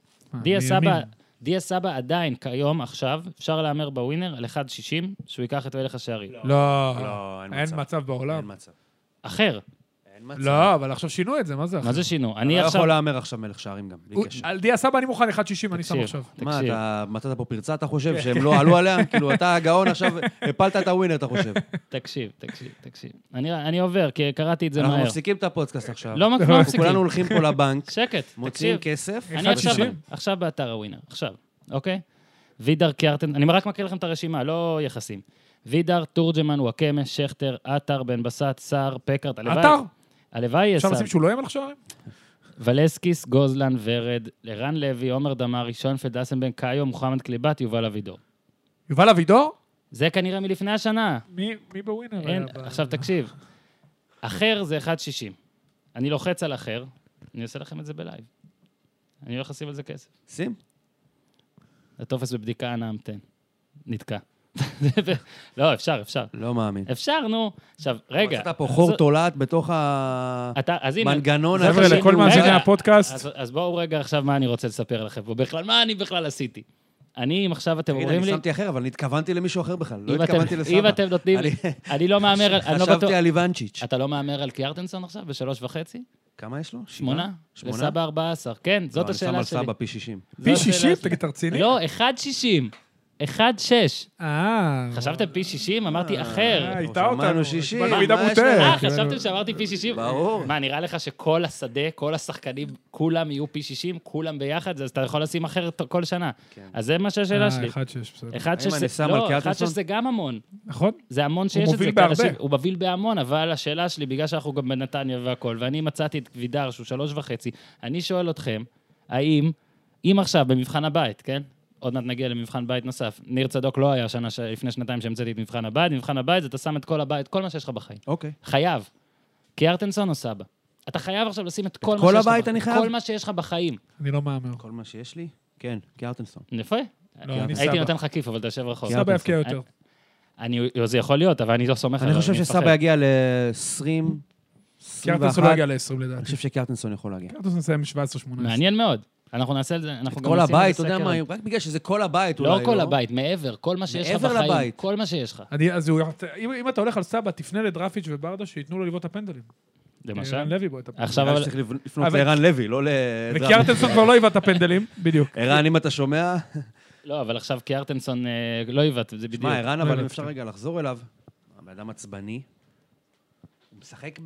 Speaker 1: דיה סבא עדיין, כיום, עכשיו, אפשר לאמר בווינר על 1.60, שהוא ייקח את מלך השערים.
Speaker 2: לא, אין מצב בעולם.
Speaker 3: אין מצב.
Speaker 1: אחר.
Speaker 2: לא, אבל עכשיו שינו את זה, מה זה?
Speaker 1: מה זה שינו?
Speaker 3: אני יכול לאמר עכשיו מלך שערים גם, בלי קשר.
Speaker 2: על דיה סבא אני מוכן 1.60, אני שם עכשיו.
Speaker 3: מה, אתה מצאת פה פרצה, אתה חושב, שהם לא עלו עליה? כאילו, אתה הגאון עכשיו, הפלת את הווינר, אתה חושב.
Speaker 1: תקשיב. אני עובר, כי קראתי את זה מהר.
Speaker 3: אנחנו מפסיקים את הפודקאסט עכשיו.
Speaker 1: לא מפסיקים.
Speaker 3: כולנו הולכים פה לבנק.
Speaker 1: שקט,
Speaker 3: מוציאים כסף.
Speaker 1: אני עכשיו באתר הווינר, עכשיו, אוקיי? וידר קיארטן, אני רק מקריא לכם את הרשימה, לא יחסים. וידר, תורג'מן, וואקמה, שכטר, עטר, בן בסט, סער, פקארט, הלוואי יהיה
Speaker 2: אפשר לשים שהוא לא יהיה מלך שערים?
Speaker 1: ולסקיס, גוזלן, ורד, לרן לוי, עומר דמרי, שונפלד, דסנבן, קאיו, מוחמד קליבת, יובל אבידור.
Speaker 2: יובל אבידור?
Speaker 1: זה כנראה מלפני השנה.
Speaker 2: מי בווינר?
Speaker 1: עכשיו תקשיב, אחר זה 1.60. אני לוחץ על אחר, אני עושה לכם את זה בלייב. אני הולך לשים על זה כסף.
Speaker 3: שים.
Speaker 1: הטופס בבדיקה אנא המתן. נתקע. לא, אפשר.
Speaker 3: לא מאמין.
Speaker 1: אפשר, נו. עכשיו, רגע.
Speaker 3: עשית פה חור תולעת בתוך המנגנון.
Speaker 2: חבר'ה, לכל מאזיני הפודקאסט.
Speaker 1: אז בואו רגע עכשיו מה אני רוצה לספר לכם פה. מה אני בכלל עשיתי? אם עכשיו אתם אומרים לי...
Speaker 3: אני שמתי אחר, אבל התכוונתי למישהו אחר בכלל. לא התכוונתי לסבא.
Speaker 1: אם אתם נותנים לי... אני לא מאמר...
Speaker 3: חשבתי על איוונצ'יץ'.
Speaker 1: אתה לא מאמר על קיארטנסון עכשיו? ב3.5?
Speaker 3: כמה יש לו?
Speaker 1: 8? וסבא 14. כן, זאת השאלה שלי.
Speaker 3: אני שם על סבא פי 60.
Speaker 2: פי 60? תגיד, תרציני?
Speaker 1: לא, 1.60. 1.6. חשבתם פי 60? אמרתי אחר.
Speaker 2: הייתה אותנו 60.
Speaker 1: חשבתם שאמרתי פי 60?
Speaker 3: ברור.
Speaker 1: מה, נראה לך שכל השדה, כל השחקנים, כולם יהיו פי 60, כולם ביחד, אז אתה יכול לשים אחר כל שנה. אז זה מה שהשאלה שלי.
Speaker 2: 1.6, בסדר.
Speaker 1: 1.6 לא, 1.6 זה גם המון.
Speaker 2: נכון.
Speaker 1: זה המון שיש את זה. הוא מוביל בהמון, אבל השאלה שלי, בגלל שאנחנו גם בנתניה והכל, ואני מצאתי את וידר שהוא 3.5, אני שואל אתכם, האם, אם עכשיו במבחן הבית, כן? עוד מעט נגיע למבחן בית נוסף. ניר צדוק לא היה לפני שנתיים שהמצאתי את מבחן הבית. מבחן הבית זה אתה שם את כל הבית, כל מה שיש לך בחיים.
Speaker 3: אוקיי.
Speaker 1: חייב. קיארטנסון או סבא. אתה חייב עכשיו לשים את כל מה
Speaker 3: כל
Speaker 1: שיש לך
Speaker 3: הבית אני חייב?
Speaker 1: כל מה שיש לך בחיים.
Speaker 2: אני לא מאמר.
Speaker 3: כל מה שיש לי? כן, קיארטנסון.
Speaker 1: יפה? הייתי נותן לך כיף, אבל אתה יושב רחוק.
Speaker 2: סבא יפקיע יותר.
Speaker 1: זה יכול להיות, אבל אני לא סומך עליו.
Speaker 3: אני חושב שסבא יגיע ל-20...
Speaker 2: קיארטנסון לא יגיע ל-20 לדעתי.
Speaker 3: אני חושב שקיארטנסון יכול להגיע.
Speaker 2: קיארטנסון נסיים 17-18.
Speaker 1: מעניין מאוד. אנחנו נעשה את זה, אנחנו גם
Speaker 3: כל הבית, אתה יודע מה, רק בגלל שזה כל הבית אולי,
Speaker 1: לא כל הבית, מעבר, כל מה שיש לך בחיים, כל מה שיש לך.
Speaker 2: אז אם אתה הולך על סבא, תפנה לדרפיץ' וברדה, שייתנו לו לבעוט הפנדלים.
Speaker 1: למשל?
Speaker 2: ערן לוי בועט הפנדלים.
Speaker 3: עכשיו צריך לפנות לערן לוי, לא לדרפיץ'.
Speaker 2: וקיארטנסון כבר לא יבעט הפנדלים, בדיוק.
Speaker 3: ערן, אם אתה שומע...
Speaker 1: לא, אבל עכשיו קיארטנסון לא יבעט, זה בדיוק.
Speaker 3: מה, ערן, אבל אם אפשר רגע לחזור אליו, הבן עצבני, הוא משחק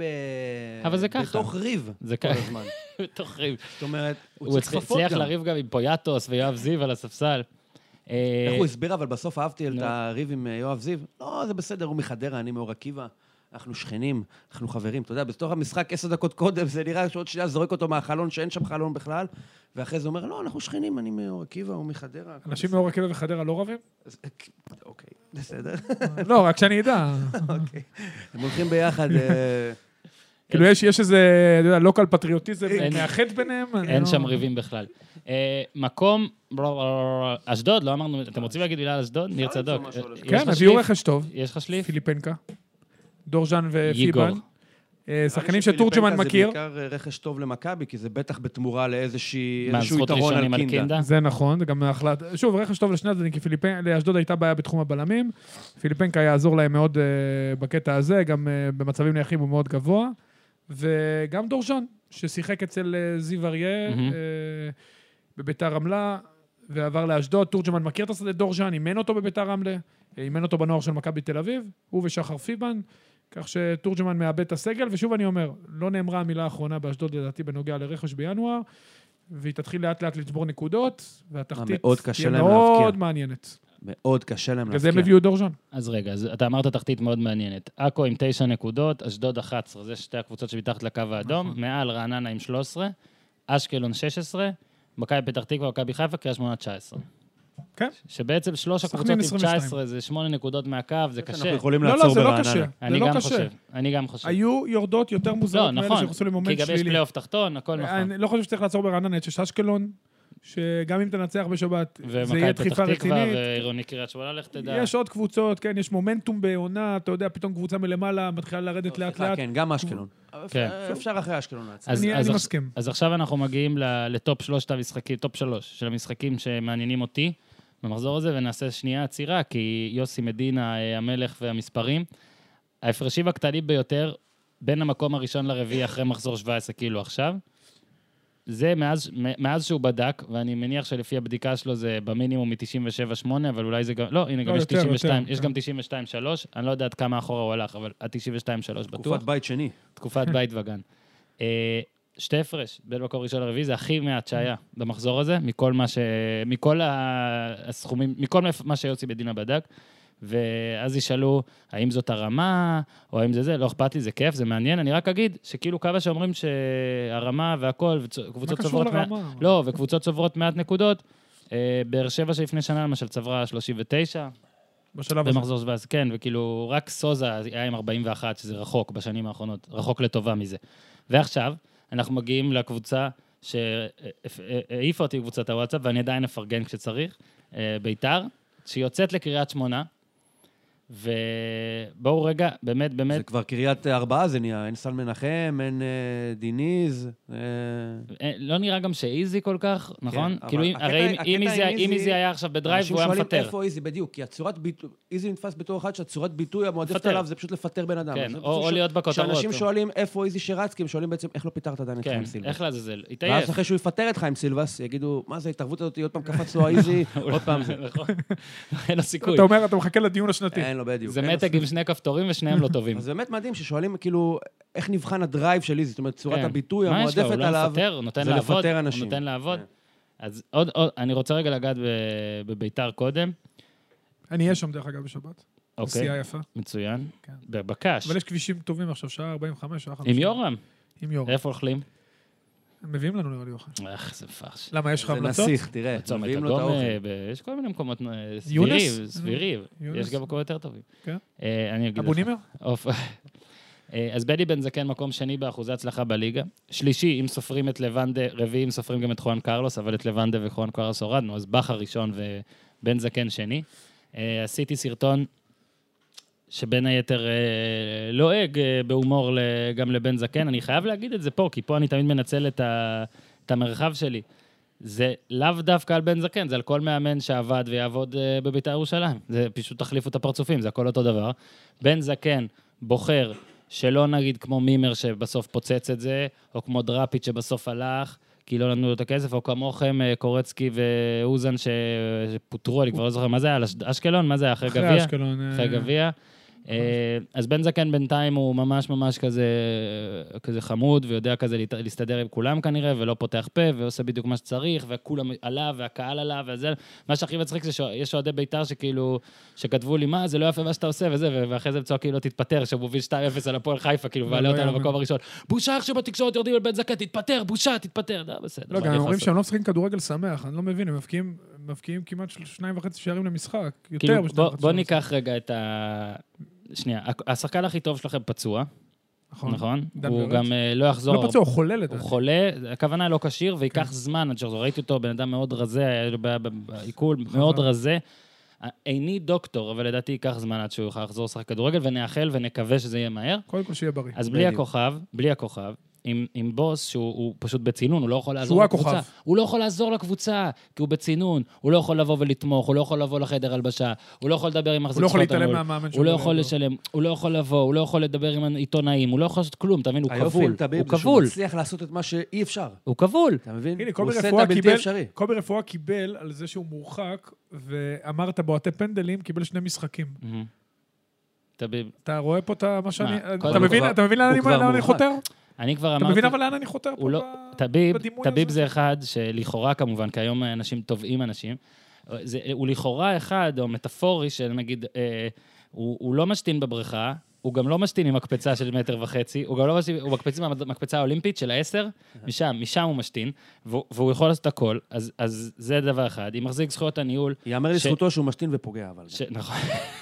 Speaker 3: בתוך ריב כל הזמן.
Speaker 1: בתוך ריב.
Speaker 3: זאת אומרת, הוא צריך חפות גם.
Speaker 1: הוא הצליח לריב גם עם פויאטוס ויואב זיו על הספסל.
Speaker 3: איך הוא הסביר, אבל בסוף אהבתי את הריב עם יואב זיו. לא, זה בסדר, הוא מחדרה, אני מאור עקיבא. אנחנו שכנים, אנחנו חברים. אתה יודע, בתוך המשחק 10 דקות קודם, זה נראה שעוד שנייה זורק אותו מהחלון, שאין שם חלון בכלל, ואחרי זה אומר, לא, אנחנו שכנים, אני מאור עקיבא, הוא מחדרה.
Speaker 2: אנשים מאור עקיבא וחדרה לא רבים?
Speaker 3: אוקיי, בסדר.
Speaker 2: לא, רק שאני אדע.
Speaker 3: אוקיי. הם הולכים ביחד...
Speaker 2: כאילו יש איזה, אתה יודע, לוקל פטריוטיזם מאחד ביניהם.
Speaker 1: אין שם ריבים בכלל. מקום, אשדוד, לא אמרנו, אתם רוצים להגיד מילה על אשדוד? ניר צדוק.
Speaker 2: כן, הביאו רכש טוב.
Speaker 1: יש לך שליף?
Speaker 2: פיליפנקה, דורז'אן ופיבן. שחקנים שתורג'מן מכיר.
Speaker 3: זה בעיקר רכש טוב למכבי, כי זה בטח בתמורה לאיזשהו יתרון על קינדה.
Speaker 2: זה נכון, זה גם החלט. שוב, רכש טוב לשני הצדדים, כי לאשדוד הייתה בעיה בתחום הבלמים. פיליפנקה יעזור להם מאוד בקטע הזה, גם במצבים נייחים הוא מאוד גבוה. וגם דורז'אן, ששיחק אצל זיו אריה בביתר רמלה, ועבר לאשדוד. תורג'מן מכיר את השדה דורז'אן, אימן אותו בביתר רמלה, אימן אותו בנוער של מכבי תל אביב, הוא ושחר פיבן. כך שתורג'מן מאבד את הסגל, ושוב אני אומר, לא נאמרה המילה האחרונה באשדוד לדעתי בנוגע לרכש בינואר, והיא תתחיל לאט לאט לצבור נקודות, והתחתית תהיה מאוד מעניינת.
Speaker 3: מאוד קשה להם להפקיע.
Speaker 2: וזה הם הביאו דורז'אן.
Speaker 1: אז רגע, אתה אמרת תחתית מאוד מעניינת. עכו עם 9 נקודות, אשדוד 11, זה שתי הקבוצות שמתחת לקו האדום, מעל רעננה עם 13, אשקלון 16, מכבי פתח תקווה, מכבי חיפה, קריית שמונה 19.
Speaker 2: כן.
Speaker 1: שבעצם 3 הקבוצות עם 19, זה 8 נקודות מהקו, זה קשה.
Speaker 3: אנחנו יכולים לעצור ברעננה.
Speaker 1: אני גם חושב.
Speaker 2: היו יורדות יותר מוזרות מאלה שיחסו למומנט שלילי.
Speaker 1: כי גם יש פלייאוף תחתון, הכל נכון.
Speaker 2: אני לא חושב שצריך לעצור ברעננה, יש אשקלון, שגם אם תנצח בשבת, זה יהיה דחיפה רצינית.
Speaker 1: ועירוני קריית שמונה, לך תדע.
Speaker 2: יש עוד קבוצות, כן, יש מומנטום בעונה, אתה יודע, פתאום קבוצה מלמעלה, מתחילה לרדת לאט לאט.
Speaker 3: כן, גם אשקלון. אפשר אחרי אשקלון.
Speaker 2: אני מסכים.
Speaker 1: אז עכשיו אנחנו מגיעים לטופ 3 המשחקים, טופ 3 של המשחקים שמעניינים אותי במחזור הזה, ונעשה שנייה עצירה, כי יוסי מדינה, המלך והמספרים, ההפרשים הקטנים ביותר, בין המקום הראשון לרביעי אחרי מחזור 17 כאילו עכשיו, זה מאז שהוא בדק, ואני מניח שלפי הבדיקה שלו זה במינימום מ-97-8, אבל אולי זה גם, לא, הנה, גם יש 92, יש גם 92-3, אני לא יודע עד כמה אחורה הוא הלך, אבל ה-92-3 בטוח.
Speaker 3: תקופת בית שני.
Speaker 1: תקופת בית וגן. שתי הפרש, בין מקום ראשון לרביעי, זה הכי מעט שהיה במחזור הזה, מכל הסכומים, מכל מה שיוצא מדינה בדק, ואז ישאלו, האם זאת הרמה, או האם זה, לא אכפת לי, זה כיף, זה מעניין, אני רק אגיד, שכאילו כמה שאומרים שהרמה והכל, וקבוצות צוברות לא, וקבוצות צוברות מעט נקודות, באר שבע שלפני שנה, למשל, צברה 39, במחזור 17, כן, וכאילו, רק סוזה היה עם 41, שזה רחוק בשנים האחרונות, רחוק לטובה מזה. ועכשיו, אנחנו מגיעים לקבוצה שהעיפה אותי קבוצת הוואטסאפ, ואני עדיין אפרגן כשצריך, ביתר, שיוצאת לקריית שמונה, ובואו רגע, באמת...
Speaker 3: זה כבר קריית 4, זה נהיה, אין סל מנחם, אין דיניז.
Speaker 1: לא נראה גם שאיזי כל כך, נכון? כאילו, הרי אם איזי היה עכשיו בדרייב, הוא היה מפטר.
Speaker 3: אנשים שואלים איפה איזי בדיוק, כי איזי נתפס בתור אחד שהצורת ביטוי המועדפת עליו, זה פשוט לפטר בן אדם.
Speaker 1: כן, או להיות בכותרות.
Speaker 3: כשאנשים שואלים איפה איזי שרצקי, הם שואלים בעצם איך לא פיתרת עדיין את חיים סילבס.
Speaker 1: איך לעזאזל, התעייף.
Speaker 3: ואז אחרי שהוא יפטר את חיים סילבס, יגידו, מה זה, התערבות הזאת, עוד פעם קפץ לו האיזי, עוד פעם זה.
Speaker 1: אין לו סיכוי.
Speaker 2: אתה אומר, אתה מחכה לדיון השנתי.
Speaker 3: אין לו בדיוק.
Speaker 1: זה מתג עם שני כפתורים ושניהם לא טובים.
Speaker 3: אז באמת מדהים ששואלים כאילו, איך נבחן הדרייב של איזי, זאת אומרת, צורת הביטוי המועדפת עליו, זה לפטר אנשים.
Speaker 1: הוא נותן לעבוד. אז אני רוצה רגע לגעת בביתר קודם.
Speaker 2: אני אהיה שם דרך אגב בשבת.
Speaker 1: אוקיי.
Speaker 2: עשייה יפה.
Speaker 1: מצוין. בקש.
Speaker 2: אבל יש כבישים טובים עכשיו, שעה 45, שעה 50.
Speaker 1: עם יורם?
Speaker 2: עם יורם.
Speaker 1: איפה אוכלים?
Speaker 2: הם מביאים לנו נראה לי אוכל.
Speaker 1: זה פרש.
Speaker 2: למה, יש לך המלצות?
Speaker 3: זה נסיך, תראה.
Speaker 1: מביאים לו את האוכל. יש כל מיני מקומות סבירים. יש גם מקומות יותר טובים.
Speaker 2: כן.
Speaker 1: אבו נימר? אז בני בן זקן מקום שני באחוזי הצלחה בליגה. שלישי, אם סופרים את לבנדה, רביעי, אם סופרים גם את חואן קרלוס, אבל את לבנדה וחואן קרלוס הורדנו, אז בכר ראשון ובן זקן שני. עשיתי סרטון שבין היתר לועג בהומור גם לבן זקן. אני חייב להגיד את זה פה, כי פה אני תמיד מנצל את המרחב שלי. זה לאו דווקא על בן זקן, זה על כל מאמן שעבד ויעבוד בבית"ר ירושלים. זה פשוט תחליפו את הפרצופים, זה הכל אותו דבר. בן זקן בוחר שלא נגיד כמו מימר שבסוף פוצץ את זה, או כמו דראפיץ' שבסוף הלך, כי לא נתנו לו את הכסף, או כמוכם קורצקי ואוזן שפוטרו, אני כבר לא זוכר, מה זה היה? אשקלון? מה זה היה? אחרי גביע? אחרי גביע. אז בן זקן בינתיים הוא ממש ממש כזה חמוד, ויודע כזה להסתדר עם כולם כנראה, ולא פותח פה, ועושה בדיוק מה שצריך, וכולם עליו, והקהל עליו, וזה, מה שהכי מצחיק זה שיש אוהדי בית"ר שכאילו, שכתבו לי, מה, זה לא יפה מה שאתה עושה, וזה, ואחרי זה צועקים לו תתפטר, שמוביל 2-0 על הפועל חיפה, כאילו, ועלה אותה למקום הראשון. בושה איך שבתקשורת יורדים על בן זקן, תתפטר, בושה, תתפטר. בסדר.
Speaker 2: לא, גם אומרים שהם לא משחקים כדורגל שמח, אני לא מבין, הם מבקיעים כמעט 2.5 שערים למשחק, יותר.
Speaker 1: בוא ניקח רגע את ה... שנייה, השחקן הכי טוב שלכם פצוע. נכון? הוא גם לא יחזור.
Speaker 2: לא פצוע, הוא חולה לדעתי.
Speaker 1: הוא חולה, הכוונה לא כשיר, ויקח זמן עד שחזור. ראיתי אותו, בן אדם מאוד רזה, היה לו בעיכול מאוד רזה. איני דוקטור, אבל לדעתי ייקח זמן עד שהוא יוכל לחזור לשחק כדורגל, ונאחל ונקווה שזה יהיה מהר.
Speaker 2: קודם כל שיהיה בריא.
Speaker 1: אז בלי הכוכב, עם בוס שהוא פשוט בצינון, הוא לא יכול לעזור לקבוצה. הוא לא יכול לעזור לקבוצה, כי הוא בצינון, הוא לא יכול לבוא ולתמוך, הוא לא יכול לבוא לחדר הלבשה, הוא לא יכול לדבר עם מחזיק זכויות הניהול, הוא לא יכול לשלם, הוא לא יכול לבוא, הוא לא יכול לדבר עם עיתונאים, הוא לא יכול לעשות כלום, אתה מבין? הוא כבול. הוא כבול.
Speaker 3: שהוא מצליח לעשות את מה שאי אפשר.
Speaker 1: הוא כבול.
Speaker 3: אתה מבין?
Speaker 2: קובי רפואה קיבל על זה שהוא מורחק, ואמרת בועטי פנדלים, קיבל 2 משחקים. אתה רואה פה מה שאני... אתה מבין לאן אני חותר?
Speaker 1: אני כבר אמרתי...
Speaker 2: אתה מבין אבל לאן אני חותר פה בדימוי הזה?
Speaker 1: טביב זה אחד שלכאורה כמובן, כי היום אנשים תובעים אנשים, הוא לכאורה אחד, או מטאפורי, שנגיד, הוא לא משתין בבריכה, הוא גם לא משתין עם מקפצה של 1.5 מטר, הוא גם לא משתין, הוא מקפצה במקפצה האולימפית של 10, משם הוא משתין, והוא יכול לעשות הכל, אז זה דבר אחד. אם מחזיק זכויות הניהול...
Speaker 3: יאמר לזכותו שהוא משתין ופוגע, אבל...
Speaker 1: נכון.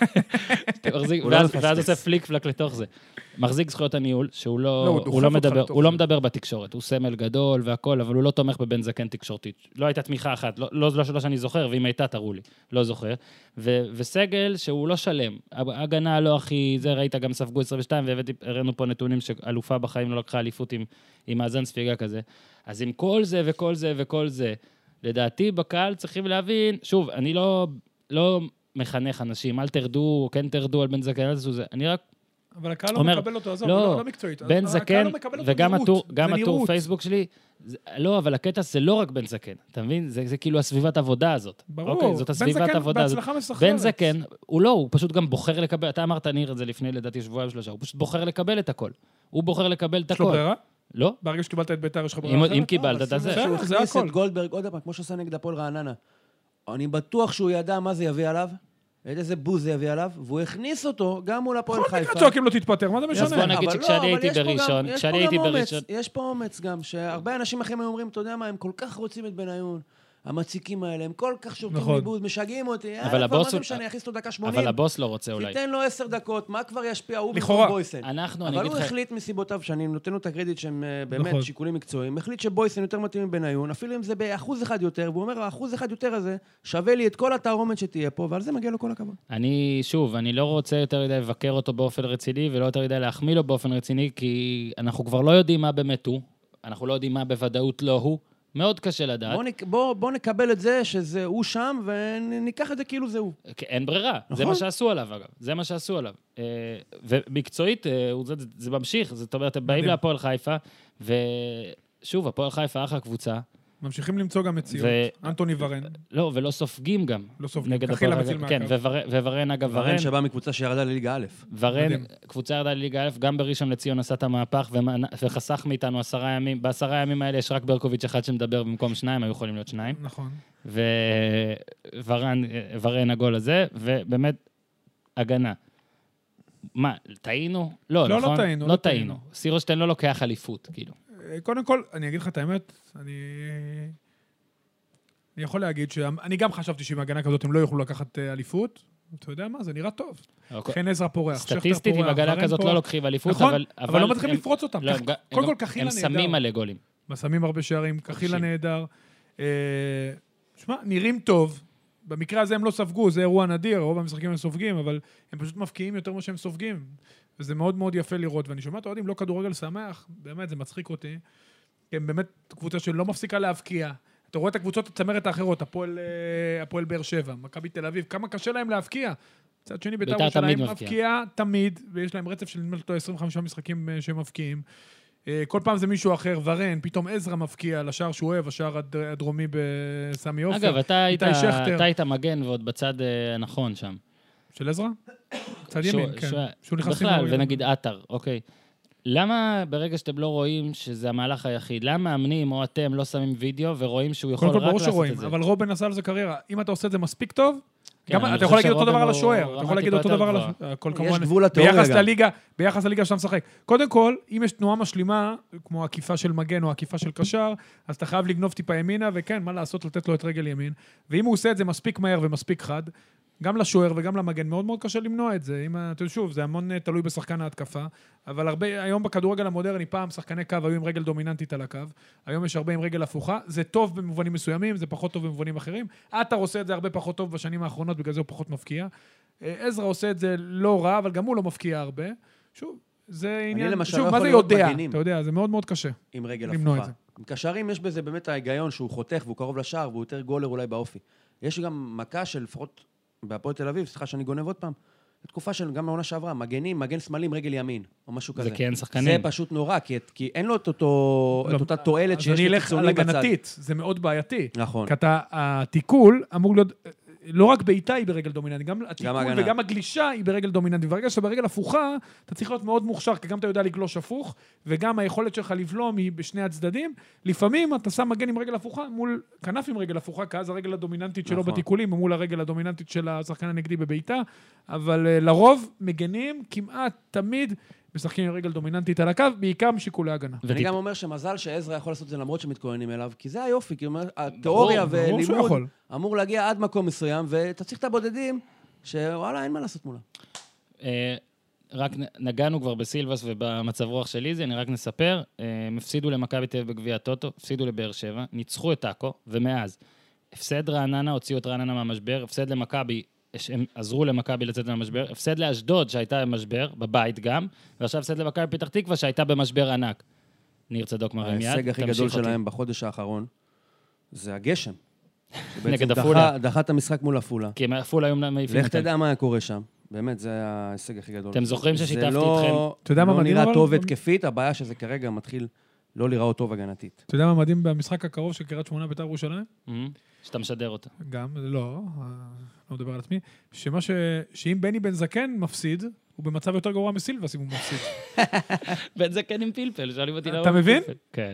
Speaker 1: ואז עושה פליק פלק לתוך זה. מחזיק זכויות הניהול, שהוא לא מדבר בתקשורת, הוא סמל גדול והכל, אבל הוא לא תומך בבן זקן תקשורתית. לא הייתה תמיכה אחת, לא שאני זוכר, ואם הייתה תראו לי, לא זוכר. וסגל שהוא לא שלם, הגנה לא הכי, זה ראית גם ספגו 22, והראינו פה נתונים שאלופה בחיים לא לקחה אליפות עם מאזן ספיגה כזה. אז עם כל זה וכל זה וכל זה, לדעתי בקהל צריכים להבין, שוב, אני לא מחנך אנשים, אל תרדו, כן תרדו על בן זקן, אל תעשו זה, אני רק
Speaker 2: אבל הקהל לא מקבל אותו, עזוב, לא מקצועית.
Speaker 1: בן זקן, וגם הטור פייסבוק שלי, לא, אבל הקטע זה לא רק בן זקן, אתה מבין? זה כאילו הסביבת עבודה הזאת.
Speaker 2: ברור,
Speaker 1: זאת הסביבת עבודה הזאת. בן זקן, הוא פשוט גם בוחר לקבל, אתה אמרת, ניר את זה לפני, לדעתי, 2-3 שבועות, הוא פשוט בוחר לקבל את הכל. הוא בוחר לקבל את הכל.
Speaker 2: יש לו ברירה?
Speaker 1: לא.
Speaker 2: ברגע שקיבלת את בית"ר, יש לך ברירה אחרת?
Speaker 1: אם קיבלת את זה.
Speaker 3: הוא הכניס את גולדברג, עוד פעם, כמו שעושה נגד הפועל רעננה. אני בטוח שהוא ידע מה זה יביא עליו. איזה בוז זה יביא עליו, והוא הכניס אותו גם מול הפועל חיפה.
Speaker 2: כל מקרה צועקים לא תתפטר, מה זה משנה?
Speaker 1: אז בוא נגיד שכשאני הייתי בראשון...
Speaker 3: יש פה אומץ גם, שהרבה אנשים אחרים אומרים, אתה יודע מה, הם כל כך רוצים את בניון, המציקים האלה, הם כל כך שורקים ליבוד, משגעים אותי,
Speaker 1: אבל הבוס לא רוצה אולי.
Speaker 3: תיתן לו 10 דקות, מה כבר ישפיע? הוא במקום בויסן. אבל הוא החליט מסיבותיו, שאני נותן לו את הקרדיט שהם באמת שיקולים מקצועיים, החליט שבויסן יותר מתאים מבניון, אפילו אם זה ב1% יותר, והוא אומר, 1% יותר הזה שווה לי את כל התערומת שתהיה פה, ועל זה מגיע לו כל הכבוד.
Speaker 1: אני לא רוצה יותר מדי לבקר אותו באופן רציני, ולא יותר מדי להחמיא לו באופן רציני, כי אנחנו כבר לא יודעים מה באמת הוא, אנחנו לא יודעים מה בוודאות לא הוא, מאוד קשה לדעת.
Speaker 3: בוא נקבל את זה שזה הוא שם, וניקח את זה כאילו זה הוא.
Speaker 1: אין ברירה. נכון. זה מה שעשו עליו, אגב. זה מה שעשו עליו. ומקצועית, זה ממשיך. זאת אומרת, הם באים להפועל חיפה, ושוב, הפועל חיפה אחלה קבוצה.
Speaker 2: ממשיכים למצוא גם מציאות. אנטוני ורן.
Speaker 1: לא, ולא סופגים גם.
Speaker 2: לא סופגים. כחילה מציל מהקו.
Speaker 1: כן, ווורן, אגב,
Speaker 3: ורן שבא מקבוצה שירדה לליגה א'.
Speaker 1: ורן, קבוצה ירדה לליגה א', גם בראשון לציון עשה את המהפך, וחסך מאיתנו 10 ימים. ב10 ימים האלה יש רק ברקוביץ' אחד שמדבר במקום 2, היו יכולים להיות 2.
Speaker 2: נכון.
Speaker 1: ורן הגול הזה, ובאמת, הגנה. מה, טעינו? לא, נכון? לא טעינו. סירושטיין לא לוקח אליפות, כאילו.
Speaker 2: קודם כל, אני אגיד לך את האמת, אני יכול להגיד שאני גם חשבתי שעם הגנה כזאת הם לא יוכלו לקחת אליפות, אתה יודע מה, זה נראה טוב. חן עזרא פורח,
Speaker 1: סטטיסטית עם הגנה כזאת לא לוקחים אליפות,
Speaker 2: אבל לא מצליחים לפרוץ אותם. קודם כל, כחילה נהדר.
Speaker 1: הם שמים מלא גולים.
Speaker 2: שמים הרבה שערים, כחילה נהדר. תשמע, נראים טוב. במקרה הזה הם לא ספגו, זה אירוע נדיר, רוב המשחקים הם סופגים, אבל הם פשוט מפקיעים יותר ממה שהם סופגים. וזה מאוד מאוד יפה לראות, ואני שומע, אוהדים, לא כדורגל שמח, באמת, זה מצחיק אותי. הם באמת קבוצה שלא מפסיקה להבקיע. אתה רואה את הקבוצות הצמרת האחרות, הפועל באר שבע, מכבי תל אביב, כמה קשה להם להבקיע. מצד שני, בית"ר ירושלים מבקיע תמיד, ויש להם רצף של 25 משחקים שהם מבקיעים. כל פעם זה מישהו אחר, ורן, פתאום עזרא מבקיע לשער שהוא אוהב, השער הדרומי בסמי עופר.
Speaker 1: אגב, אתה היית מגן ועוד בצד הנכון שם.
Speaker 2: של עזרא? צד ימין, כן.
Speaker 1: בכלל, ונגיד אתר, אוקיי. למה ברגע שאתם לא רואים שזה המהלך היחיד, למה מאמנים או אתם לא שמים וידאו ורואים שהוא יכול רק לעשות את זה?
Speaker 2: אבל רובן עשה על זה קריירה. אם אתה עושה את זה מספיק טוב, אתה יכול להגיד אותו דבר על השוער. אתה יכול להגיד אותו דבר על השוער.
Speaker 3: יש גבול לתיאוריה גם.
Speaker 2: ביחס לליגה שאתה משחק. קודם כל, אם יש תנועה משלימה, כמו עקיפה של מגן או עקיפה של קשר, אז אתה חייב לגנוב טיפה ימינה, וכן, מה לעשות, לתת לו את רגל ימין. ואם הוא עושה את זה מספיק מהר ומספיק חד, גם לשוער וגם למגן, מאוד מאוד קשה למנוע את זה. שוב, זה המון תלוי בשחקן ההתקפה, אבל היום בכדורגל המודרני, פעם שחקני קו היו עם רגל דומיננטית על הקו, היום יש הרבה עם רגל הפוכה, זה טוב במובנים מסוימים, זה פחות טוב במובנים אחרים. עטר עושה את זה הרבה פחות טוב בשנים האחרונות, בגלל זה הוא פחות מפקיע. עזרא עושה את זה לא רע, אבל גם הוא לא מפקיע הרבה. שוב, זה עניין, שוב, מה זה יודע? אתה יודע, זה מאוד מאוד קשה.
Speaker 3: עם רגל הפוכה. עם קשרים יש בזה באמת ההיגיון שהוא חותך והוא קרוב לשער והוא יותר גולר אולי באופי. יש גם מכה של לפחות בהפועל תל אביב, סליחה שאני גונב עוד פעם, תקופה של גם מעונה שעברה, מגן שמאלי עם רגל ימין, או משהו כזה.
Speaker 1: זה כן שחקנים.
Speaker 3: זה פשוט נורא, כי אין לו את אותה תועלת שיש לקיצוני בצד.
Speaker 2: אז אני אלך על הגנתית, זה מאוד בעייתי.
Speaker 3: נכון.
Speaker 2: כי התיקול אמור להיות, לא רק בעיטה היא ברגל דומיננטי, גם התיקול וגם הגלישה היא ברגל דומיננטי. וברגע שאתה ברגל הפוכה, אתה צריך להיות מאוד מוכשר, כי גם אתה יודע לגלוש הפוך, וגם היכולת שלך לבלום היא בשני הצדדים. לפעמים אתה שם מגן עם רגל הפוכה, מול כנף עם רגל הפוכה, כי אז הרגל הדומיננטית שלו בתיקולים, מול הרגל הדומיננטית של השחקן הנגדי בבעיטה, אבל לרוב מגנים כמעט תמיד משחקים עם רגל דומיננטית על הקו, בעיקר משיקולי הגנה.
Speaker 3: אני גם אומר שמזל שעזרא יכול לעשות את זה למרות שמתכוננים אליו, כי זה היופי, כי התיאוריה ולימוד אמור להגיע עד מקום מסוים, ואתה צריך את הבודדים שוואלה, אין מה לעשות מולה.
Speaker 1: רק נגענו כבר בסילבס ובמצב רוח של איזי, אני רק נספר, הם הפסידו למכבי תל אביב בגביע הטוטו, הפסידו לבאר שבע, ניצחו את טאקו, ומאז הפסד רעננה, הוציאו את רעננה מהמשבר, הפסד למכבי, הם עזרו למכבי לצאת מהמשבר, הפסד לאשדוד שהייתה במשבר, בבית גם, ועכשיו הפסד למכבי פתח תקווה שהייתה במשבר ענק. ניר צדוק מרים יד.
Speaker 3: ההישג הכי גדול שלהם בחודש האחרון, זה הגשם.
Speaker 1: נגד אפולה.
Speaker 3: דחה את המשחק מול אפולה.
Speaker 1: כי אפולה היום מעיפים אותם.
Speaker 3: לך תדע מה היה קורה שם. באמת, זה ההישג הכי גדול.
Speaker 1: אתם זוכרים ששיתפתי אתכם?
Speaker 2: אתה יודע מה מדהים?
Speaker 3: לא נראה טוב התקפית, הבעיה שזה כרגע מתחיל לא לראות טוב הגנתית.
Speaker 2: אתה יודע מה מדהים במשחק הקרוב של קריית שמונה בית"ר ירושלים?
Speaker 1: שאתה משדר אותה.
Speaker 2: גם, לא מדבר על עצמי, שאם בני בן זקן מפסיד, הוא במצב יותר גרוע מסילבס אם הוא מפסיד.
Speaker 1: בן זקן עם פלפל, שואלים אותי למה.
Speaker 2: אתה מבין?
Speaker 1: כן.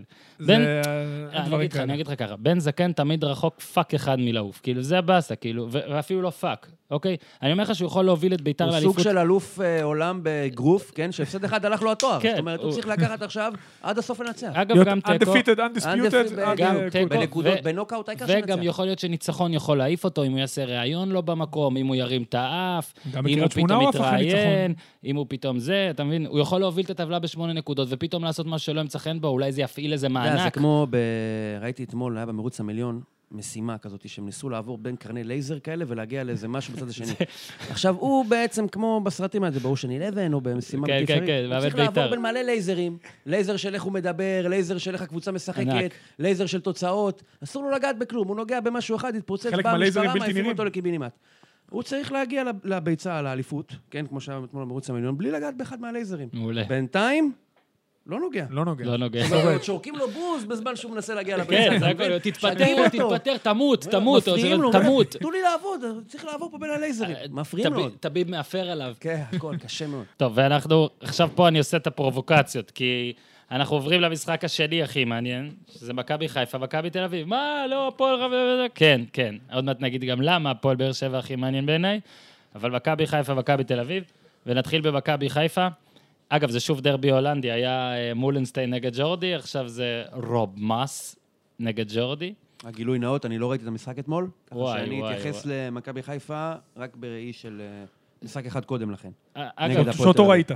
Speaker 2: אני
Speaker 1: אגיד לך ככה, בן זקן תמיד רחוק פאק אחד מלעוף, כאילו זה הבאסה, כאילו, ואפילו לא פאק, אוקיי? אני אומר לך שהוא יכול להוביל את בית"ר לאליפות.
Speaker 3: הוא סוג של אלוף עולם בגרוף, כן? שהפסד אחד הלך לו התואר. זאת אומרת, הוא צריך לקחת עכשיו עד הסוף לנצח.
Speaker 1: אגב, גם תיקו.
Speaker 2: undefeated, undisputed.
Speaker 1: גם תיקו.
Speaker 3: בנקודות, בנוקאוט העיקר שנצח.
Speaker 1: וגם יכול להיות שניצחון יכול להעיף אותו, אם הוא יעשה ראיון לא במקום, אם הוא ירים את האף, אם הוא פתאום יתראיין, אם הוא פתאום זה, אתה מבין? הוא יכול להוביל את הטבלה ב8 נקודות, ופתאום לעשות משהו שלא ימצחן בו, אולי זה יפעיל איזה מענק.
Speaker 3: זה כמו, ראיתי אתמול, היה במרוץ המיליון, משימה כזאת, שהם ניסו לעבור בין קרני לייזר כאלה, ולהגיע לאיזה משהו בצד השני. עכשיו, הוא בעצם כמו בסרטים האלה, באושן 11, או במשימה בלתי אפשרית. הוא צריך לעבור בין מלא לייזרים. לייזר של איך הוא מדבר, לייזר של איך הקבוצה משחקת, לייזר של תוצאות. אסור לו לגעת בכלום, הוא נוגע במשהו אחד, יתפוצץ במשטרה, מעיפים אותו לקיבינימט. הוא צריך להגיע לביצה, לאליפות, כן, כמו שהיה אתמול במרוץ המיליון, בלי לגעת באחד מהלייזרים. בינתיים, לא נוגע.
Speaker 1: לא נוגע.
Speaker 3: שורקים לו בוז בזמן שהוא מנסה להגיע לביצה.
Speaker 1: כן, זה הכל, תתפטר, תמות.
Speaker 3: תנו לי לעבוד, צריך לעבור פה בין הלייזרים. מפריעים מאוד.
Speaker 1: תביב מאפר עליו.
Speaker 3: כן, הכל, קשה מאוד.
Speaker 1: טוב, ואנחנו, עכשיו פה אני עושה את הפרובוקציות, כי אנחנו עוברים למשחק השני הכי מעניין, שזה מכבי חיפה, מכבי תל אביב. מה, לא, הפועל רב... כן. עוד מעט נגיד גם למה הפועל באר שבע הכי מעניין בעיניי, אבל מכבי חיפה, מכבי תל אביב, ונתחיל במכבי חיפה. אגב, זה שוב דרבי הולנדי, היה מולנסטיין נגד ג'ורדי, עכשיו זה רוב מס נגד ג'ורדי.
Speaker 3: הגילוי נאות, אני לא ראיתי את המשחק אתמול, ככה שאני אתייחס למכבי חיפה רק בראי של משחק אחד קודם לכן.
Speaker 2: אגב, שאותו ראית.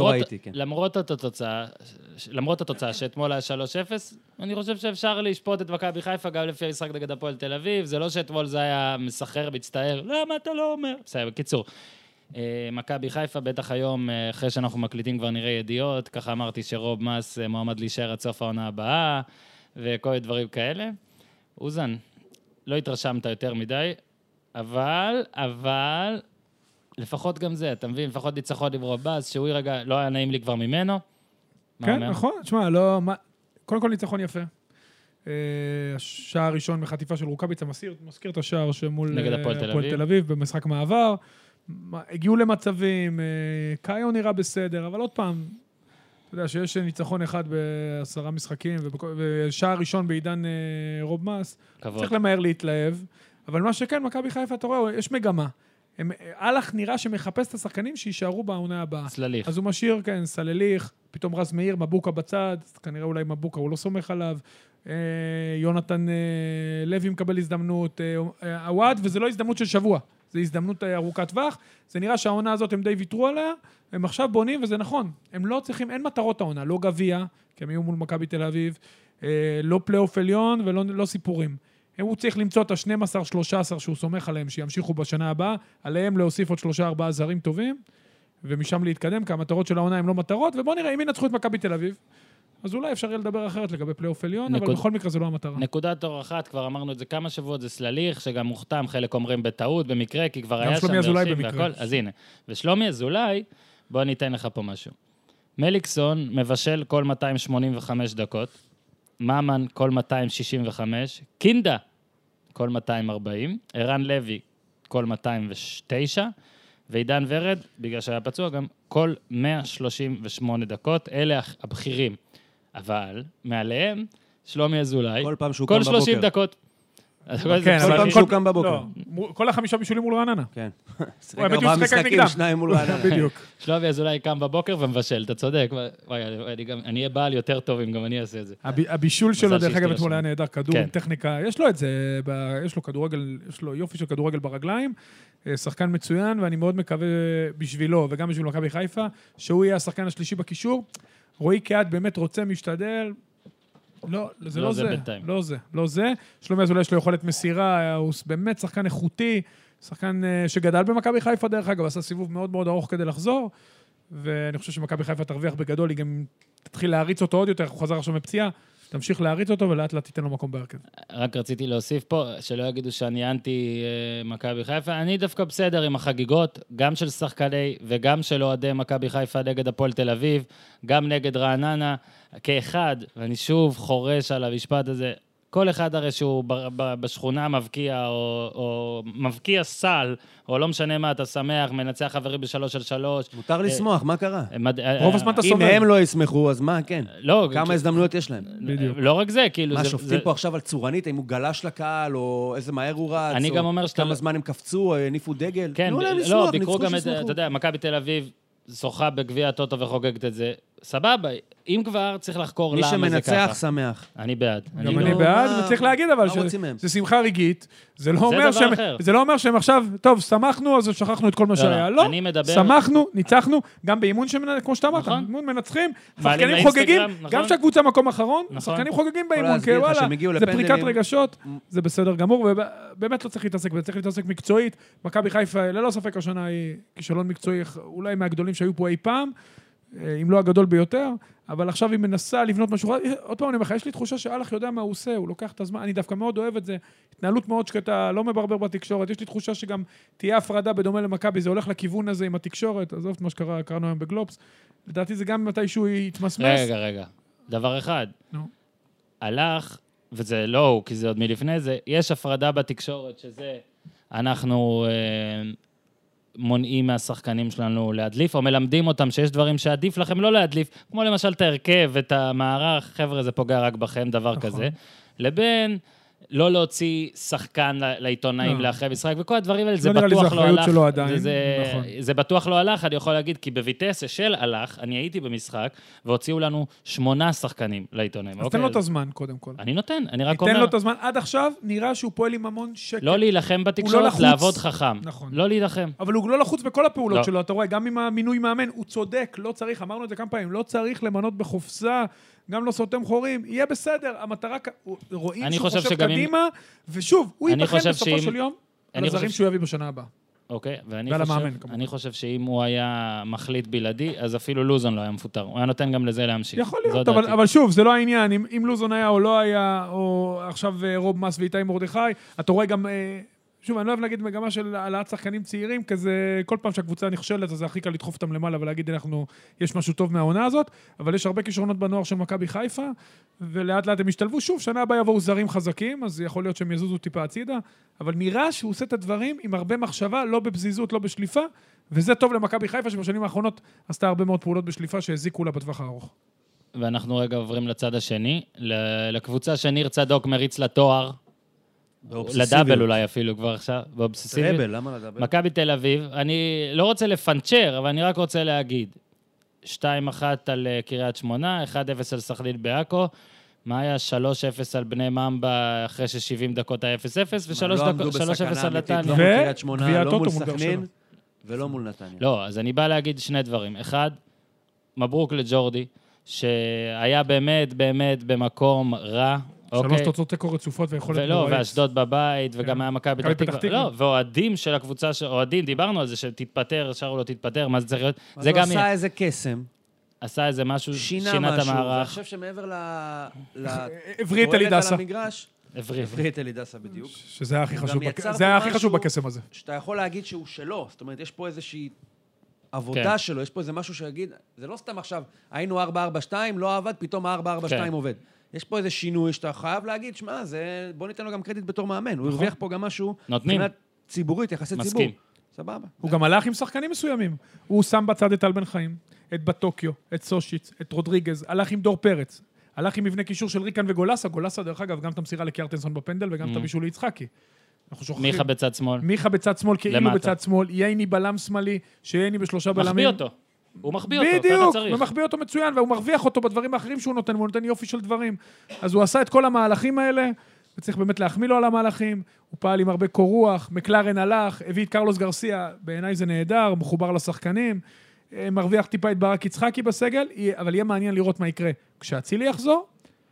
Speaker 1: למרות התוצאה שאתמול היה 3-0, אני חושב שאפשר לשפוט את מכבי חיפה גם לפי המשחק נגד הפועל תל אביב, זה לא שאתמול זה היה מסחרר, מצטער, למה אתה לא אומר? בסדר, בקיצור. מכבי חיפה, בטח היום, אחרי שאנחנו מקליטים כבר נראה ידיעות, ככה אמרתי שרוב מס מועמד להישאר עד סוף העונה הבאה, וכל מיני דברים כאלה. אוזן, לא התרשמת יותר מדי, אבל, לפחות גם זה, אתה מבין, לפחות ניצחון עם רוב מס, שהוא רגע, לא היה נעים לי כבר ממנו.
Speaker 2: כן, נכון, תשמע, קודם כל ניצחון יפה. השער הראשון מחטיפה של רוקאביצה, מזכיר את השער שמול הפועל תל אביב, במשחק מעבר. הגיעו למצבים, קאיו נראה בסדר, אבל עוד פעם, אתה יודע שיש ניצחון אחד ב10 משחקים, ושער ראשון בעידן רוב מס, צריך למהר להתלהב, אבל מה שכן, מכבי חיפה, אתה רואה, יש מגמה. הלך נראה שמחפש את השחקנים שישארו בעונה הבאה.
Speaker 1: סלליך.
Speaker 2: אז הוא משאיר, כן, סלליך, פתאום רז מאיר, מבוקה בצד, כנראה אולי מבוקה, הוא לא סומך עליו, יונתן לוי מקבל הזדמנות, הוואד, וזה לא הזדמנות של שבוע. זו הזדמנות ארוכת טווח, זה נראה שהעונה הזאת הם די ויתרו עליה, הם עכשיו בונים, וזה נכון, הם לא צריכים, אין מטרות העונה, לא גביע, כי הם יהיו מול מכבי תל אביב, לא פלייאוף עליון ולא סיפורים. הוא צריך למצוא את ה-12-13 שהוא סומך עליהם, שימשיכו בשנה הבאה, עליהם להוסיף עוד 3-4 זרים טובים, ומשם להתקדם, כי המטרות של העונה הם לא מטרות, ובואו נראה, אם ינצחו את מכבי תל אביב, אז אולי אפשר יהיה לדבר אחרת לגבי פלייאוף עליון, אבל בכל מקרה זה לא המטרה.
Speaker 1: נקודת אור אחת, כבר אמרנו את זה כמה שבועות, זה סלליך, שגם מוכתם, חלק אומרים בטעות, במקרה, כי כבר היה שם מרשים והכל. אז הנה, ושלומי אזולאי, בוא ניתן לך פה משהו. מליקסון מבשל כל 285 דקות, מאמן כל 265, קינדה כל 240, ערן לוי כל 209, ועידן ורד, בגלל שהיה פצוע גם, כל 138 דקות, אלה הבכירים. אבל מעליהם, שלומי אזולאי, כל 30 דקות.
Speaker 3: כן, אבל פעם שהוא קם בבוקר.
Speaker 2: כל 5 בישולים מול רעננה.
Speaker 3: כן. 4 משחקים, 2 מול רעננה.
Speaker 2: בדיוק.
Speaker 1: שלומי אזולאי קם בבוקר ומבשל, אתה צודק. אני אהיה בעל יותר טוב אם גם אני אעשה את זה.
Speaker 2: הבישול שלו, דרך אגב, אתמול היה נהדר, כדור, טכניקה, יש לו את זה, יש לו כדורגל, יש לו יופי של כדורגל ברגליים, שחקן מצוין, ואני מאוד מקווה בשבילו, וגם בשביל מכבי חיפה, שהוא יהיה השחקן השלישי בקישור. רועי קהת באמת רוצה, משתדל, לא, זה לא זה, לא זה. שלומי אזולאי יש לו יכולת מסירה, הוא באמת שחקן איכותי, שחקן שגדל במכבי חיפה דרך אגב, עשה סיבוב מאוד מאוד ארוך כדי לחזור, ואני חושב שמכבי חיפה תרוויח בגדול, היא גם תתחיל להריץ אותו עוד יותר, הוא חזר עכשיו מפציעה, תמשיך להריץ אותו ולאט לאט תיתן לו מקום בהרכב.
Speaker 1: רק רציתי להוסיף פה, שלא יגידו שאני אנטי מכבי חיפה, אני דווקא בסדר עם החגיגות, גם של שחקני וגם של אוהדי מכבי חיפה נגד הפועל תל אביב, גם נגד רעננה, כאחד, ואני שוב חורש על המשפט הזה, כל אחד הרי שהוא בשכונה מבקיע, או מבקיע סל, או לא משנה מה, אתה שמח, מנצח חברי ב3-3.
Speaker 3: מותר לשמוח, מה קרה?
Speaker 2: רוב הזמן אתה סובל.
Speaker 3: אם הם לא ישמחו, אז מה, כן. כמה הזדמנויות יש להם?
Speaker 1: לא רק זה, כאילו...
Speaker 3: מה, שופטים פה עכשיו על צורנית, אם הוא גלש לקהל, או איזה מהר הוא רץ,
Speaker 1: אני גם אומר
Speaker 3: כמה זמן הם קפצו, ניפו דגל.
Speaker 1: כן, לא, ביקרו גם את, אתה יודע, מכבי תל אביב, זוכה בגביע הטוטו וחוגגת את זה. סבבה, אם כבר צריך לחקור למה זה ככה.
Speaker 3: מי שמנצח שמח.
Speaker 1: אני בעד.
Speaker 2: גם אני בעד, וצריך להגיד אבל שזה שמחה רגעית. זה לא אומר שהם עכשיו, טוב, שמחנו, אז שכחנו את כל מה שהיה. לא, שמחנו, ניצחנו, גם באימון כמו שאתה אמרת, אימון מנצחים, שחקנים חוגגים, גם שהקבוצה מקום אחרון, שחקנים חוגגים באימון, כי וואלה, זה פריקת רגשות, זה בסדר גמור, ובאמת לא צריך להתעסק, צריך להתעסק מקצועית. מכבי חיפה, ללא ספק השנה היא כישלון מקצועי, אולי מהגדולים שהיו פה אי פעם, אם לא הגדול ביותר, אבל עכשיו היא מנסה לבנות משהו, עוד פעם אני אומר, יש לי תחושה שאלך יודע מה הוא עושה, הוא לוקח את הזמן, אני דווקא מאוד אוהב את זה, התנהלות מאוד שקטה, לא מברבר בתקשורת, יש לי תחושה שגם תהיה הפרדה בדומה למכבי, זה הולך לכיוון הזה עם התקשורת, עזוב את מה שקראנו היום בגלובס, לדעתי זה גם מתישהו יתמסמס.
Speaker 1: רגע, דבר אחד, הלך, וזה לא, כי זה עוד מלפני זה, יש הפרדה בתקשורת שזה, אנחנו מונעים מהשחקנים שלנו להדליף, או מלמדים אותם שיש דברים שעדיף לכם לא להדליף, כמו למשל את ההרכב, את המערך, חבר'ה, זה פוגע רק בכם, דבר כזה, לבין לא להוציא שחקן לעיתונאים לאחרי משחק, וכל הדברים האלה, זה בטוח לא הלך. זה בטוח לא הלך, אני יכול להגיד, כי בויטסה של הלך, אני הייתי במשחק, והוציאו לנו 8 שחקנים לעיתונאים.
Speaker 2: אז תן לו את הזמן, קודם כל.
Speaker 1: אני נותן, אני רק אומר...
Speaker 2: תן לו את הזמן, עד עכשיו נראה שהוא פועל עם המון שקט.
Speaker 1: לא להילחם בתקשורת, לעבוד חכם.
Speaker 2: נכון.
Speaker 1: לא להילחם.
Speaker 2: אבל הוא לא לחוץ בכל הפעולות שלו, אתה רואה, גם עם המינוי מאמן, הוא צודק, לא צריך, אמרנו את זה כמה פעמים, לא צריך למנות בחופשה, גם לא סותם חורים, יהיה בסדר, המטרה, רואים שהוא חושב קדימה, ושוב, הוא ייבחן בסופו של יום, על הזרים שהוא יביא בשנה הבאה.
Speaker 1: אוקיי, ואני חושב שאם הוא היה מחליט בלעדי, אז אפילו לוזון לא היה מפוטר, הוא היה נותן גם לזה להמשיך.
Speaker 2: יכול להיות, אבל שוב, זה לא העניין, אם לוזון היה או לא היה, או עכשיו רוב מס ואיתי מרדכי, אתה רואה גם... שוב, אני לא אוהב להגיד מגמה של העלאת שחקנים צעירים, כזה כל פעם שהקבוצה נכשלת, אז זה הכי קל לדחוף אותם למעלה ולהגיד, יש משהו טוב מהעונה הזאת, אבל יש הרבה כישרונות בנוער של מכבי חיפה, ולאט לאט הם ישתלבו. שוב, שנה הבאה יבואו זרים חזקים, אז יכול להיות שהם יזוזו טיפה הצידה, אבל נראה שהוא עושה את הדברים עם הרבה מחשבה, לא בבזיזות, לא בשליפה, וזה טוב למכבי חיפה, שבשנים האחרונות עשתה הרבה מאוד פעולות בשליפה שהזיקו לה בטווח הארוך.
Speaker 1: ואנחנו רגע עוברים לצד השני, לקבוצה שניר צדוק מריץ לתואר, לדאבל אולי אפילו כבר עכשיו, באובססיביות.
Speaker 3: טראבל, למה לדאבל?
Speaker 1: מכבי תל אביב, אני לא רוצה לפנצ'ר, אבל אני רק רוצה להגיד, 2-1 על קריית שמונה, 1-0 על סכנין בעכו, מה היה 3-0 על בני ממבה אחרי ש-70 דקות ה-0-0, ו-3-0 על נתניה.
Speaker 3: וקריית שמונה, לא מול סכנין, ולא מול נתניה.
Speaker 1: לא, אז אני בא להגיד שני דברים. אחד, מברוק לג'ורדי, שהיה באמת, באמת במקום רע.
Speaker 2: 3 תוצאות תיקו רצופות ויכולת נוראית.
Speaker 1: ולא, ואשדוד בבית, וגם היה מכבי פתח תקווה. לא, ואוהדים של הקבוצה, אוהדים, דיברנו על זה, שתתפטר, שרו לא תתפטר, מה זה צריך להיות?
Speaker 3: זה גם עשה איזה קסם.
Speaker 1: עשה איזה משהו, שינה את המערך.
Speaker 3: אני חושב שמעבר
Speaker 2: הבריא את אלידסה.
Speaker 3: הבריא את אלידסה בדיוק.
Speaker 2: שזה היה הכי חשוב בקסם הזה.
Speaker 3: שאתה יכול להגיד שהוא שלו, זאת אומרת, יש פה איזושהי עבודה שלו, יש פה איזה משהו שיגיד, זה לא סתם עכשיו, היינו 4-4-2, לא עבד, פתאום 4-4-2 עובד. יש פה איזה שינוי שאתה חייב להגיד, שמע, בוא ניתן לו גם קרדיט בתור מאמן, הוא הרוויח פה גם משהו, מבחינת ציבורית, יחסי ציבור. סבבה.
Speaker 2: הוא גם הלך עם שחקנים מסוימים. הוא שם בצד את טל בן חיים, את בטוקיו, את סושיץ, את רודריגז, הלך עם דור פרץ, הלך עם מבנה קישור של ריקן וגולסה, גולסה דרך אגב, גם את המסירה לקיארטנסון בפנדל וגם את הבישול ליצחקי.
Speaker 1: מיכה בצד שמאל.
Speaker 2: מיכה בצד שמאל, כאילו בצד שמאל, ייני בלם שמאלי, שייני ב3 בלמים.
Speaker 1: מחביא אותו. הוא מחביא אותו,
Speaker 2: ככה צריך. בדיוק, הוא מחביא אותו מצוין, והוא מרוויח אותו בדברים האחרים שהוא נותן, והוא נותן יופי של דברים. אז הוא עשה את כל המהלכים האלה, וצריך באמת להחמיא לו על המהלכים, הוא פעל עם הרבה קור רוח, מקלרן הלך, הביא את קרלוס גרסיה, בעיניי זה נהדר, מחובר לשחקנים, מרוויח טיפה את ברק יצחקי בסגל, אבל יהיה מעניין לראות מה יקרה. כשאצילי יחזור,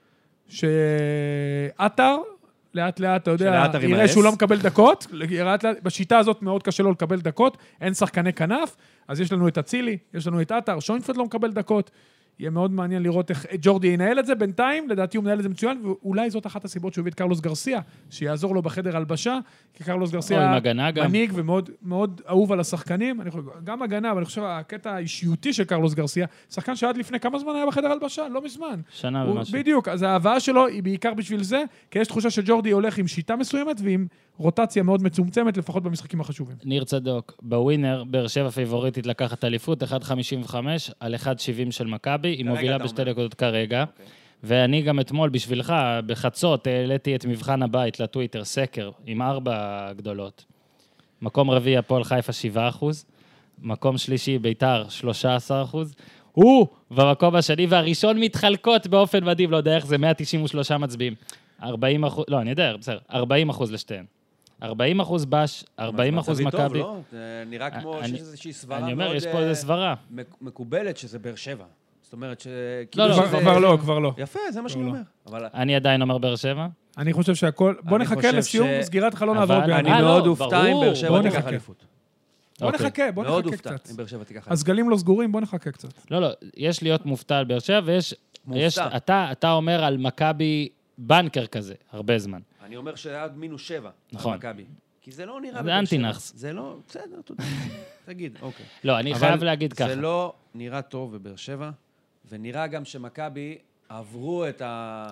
Speaker 2: שעטר, לאט לאט, אתה יודע, יראה שהוא לא מקבל דקות, בשיטה הזאת מאוד קשה לו לקבל דקות, אין שחקני כנף, אז יש לנו את אצילי, יש לנו את עטר, שוינפלד לא מקבל דקות, יהיה מאוד מעניין לראות איך ג'ורדי ינהל את זה, בינתיים, לדעתי הוא מנהל את זה מצוין, ואולי זאת אחת הסיבות שהוא הביא את קרלוס גרסיה, שיעזור לו בחדר הלבשה, כי קרלוס גרסיה מנהיג ומאוד אהוב על השחקנים, גם הגנה, אבל אני חושב, הקטע האישיותי של קרלוס גרסיה, שחקן שעד לפני כמה זמן היה בחדר הלבשה, לא מזמן.
Speaker 1: שנה ומשהו.
Speaker 2: בדיוק, אז ההבאה שלו היא בעיקר בשביל זה, כי יש תחושה שג'ורדי הולך עם שיטה מסוימת, ועם רוטציה מאוד מצומצמת, לפחות במשחקים החשובים.
Speaker 1: ניר צדוק, בווינר, באר שבע פייבוריטית לקחת אליפות, 1.55 על 1.70 של מכבי, היא מובילה בשתי נקודות כרגע, ואני גם אתמול בשבילך, בחצות, העליתי את מבחן הבית לטוויטר, סקר, עם 4 גדולות. מקום רביעי, הפועל חיפה 7%, מקום שלישי, ביתר 13%, הוא במקום השני, והראשון מתחלקות באופן מדהים, לא יודע איך זה, 193 מצביעים. 40%, לא, אני יודע, בסדר, 40% לשתיהן. 40% בש, 40% מכבי.
Speaker 3: לא? זה נראה כמו שיש איזושהי סברה מאוד...
Speaker 1: אני אומר, יש פה איזו סברה.
Speaker 3: מקובלת שזה באר שבע. זאת אומרת ש...
Speaker 2: לא, כבר לא.
Speaker 3: יפה, זה מה שאני אומר.
Speaker 1: אני עדיין אומר באר שבע.
Speaker 2: אני חושב שהכל... בוא נחכה לסיום סגירת חלון העברות.
Speaker 3: אני מאוד אופתע אם באר שבע תיקח אליפות.
Speaker 2: בוא נחכה קצת.
Speaker 3: אם באר שבע תיקח אליפות.
Speaker 2: הסגלים לא סגורים, בוא נחכה קצת.
Speaker 1: לא, יש להיות מופתע על באר שבע, ויש... אתה אומר על מכבי בנקר כזה, הרבה זמן.
Speaker 3: אני אומר שעד -7
Speaker 1: נכון.
Speaker 3: על מכבי. כי זה לא נראה...
Speaker 1: זה אנטי-נחס.
Speaker 3: זה לא... בסדר, תודה. תגיד, אוקיי.
Speaker 1: לא, אני חייב להגיד ככה.
Speaker 3: זה לא נראה טוב בבאר שבע, ונראה גם שמכבי עברו את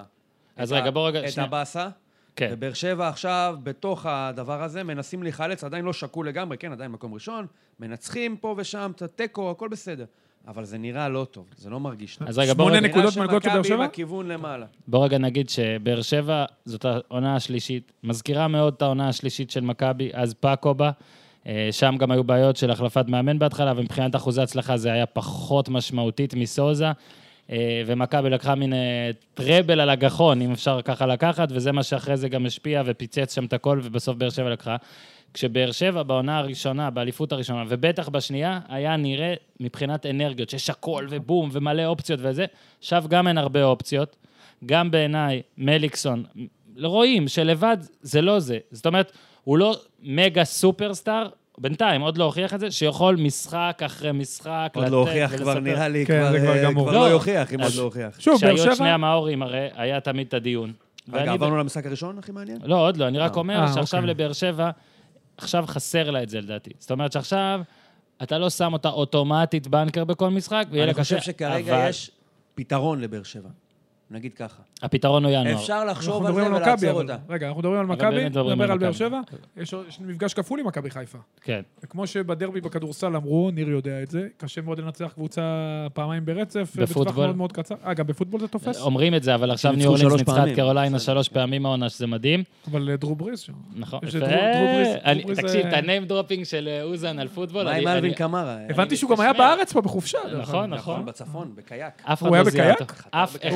Speaker 3: הבאסה, ובאר שבע עכשיו, בתוך הדבר הזה, מנסים להיחלץ, עדיין לא שקול לגמרי, כן, עדיין מקום ראשון, מנצחים פה ושם, תיקו, הכל בסדר. אבל זה נראה לא טוב, זה לא מרגיש טוב.
Speaker 1: אז רגע, בוא רגע...
Speaker 2: נקודות מלגות של באר שבע?
Speaker 3: בכיוון למעלה.
Speaker 1: בוא רגע נגיד שבאר שבע זאת העונה השלישית, מזכירה מאוד את העונה השלישית של מכבי, אז פאקובה, שם גם היו בעיות של החלפת מאמן בהתחלה, ומבחינת אחוזי הצלחה זה היה פחות משמעותית מסוזה, ומכבי לקחה מין טראבל על הגחון, אם אפשר ככה לקחת, וזה מה שאחרי זה גם השפיע ופיצץ שם את הכל, ובסוף באר שבע לקחה. כשבאר שבע בעונה הראשונה, באליפות הראשונה, ובטח בשנייה, היה נראה מבחינת אנרגיות, שיש הכל ובום ומלא אופציות וזה, עכשיו גם אין הרבה אופציות, גם בעיניי מליקסון, רואים שלבד זה לא זה, זאת אומרת, הוא לא מגה סופרסטאר, בינתיים עוד לא הוכיח את זה, שיכול משחק אחרי משחק,
Speaker 3: עוד לא הוכיח כבר נראה לי, כבר לא יוכיח אם עוד לא הוכיח.
Speaker 1: שהיו שני המאורים הרי, היה תמיד את הדיון.
Speaker 3: רגע, עברנו למשחק הראשון, הכי מעניין?
Speaker 1: לא, עוד לא, אני רק אומר שעכשיו לבאר שבע, עכשיו חסר לה את זה לדעתי. זאת אומרת שעכשיו אתה לא שם אותה אוטומטית בנקר בכל משחק, ויהיה לה קשה.
Speaker 3: אני חושב שכרגע יש פתרון לבאר שבע. נגיד ככה.
Speaker 1: הפתרון הוא ינואר.
Speaker 3: אפשר לחשוב על זה ולעצור אותה.
Speaker 2: רגע, אנחנו מדברים על מכבי, נדבר על באר שבע. יש מפגש כפול עם מכבי חיפה.
Speaker 1: כן.
Speaker 2: וכמו שבדרבי בכדורסל אמרו, ניר יודע את זה, קשה מאוד לנצח קבוצה פעמיים ברצף, בטווח מאוד מאוד קצר. גם בפוטבול זה תופס?
Speaker 1: אומרים את זה, אבל עכשיו ניו אורלינס ניצחה את קרוליינה 3 פעמים העונה, שזה מדהים.
Speaker 2: אבל דרו בריז שם.
Speaker 1: נכון. תקשיב, את הניים דרופינג של אוזן על פוטבול.
Speaker 3: מה עם אלווין קמרה?
Speaker 2: הבנתי שהוא גם היה בארץ פה בחופשה.
Speaker 1: נכון.
Speaker 3: בצפון, בקייק.
Speaker 2: הוא היה בקייק?
Speaker 1: אף אחד לא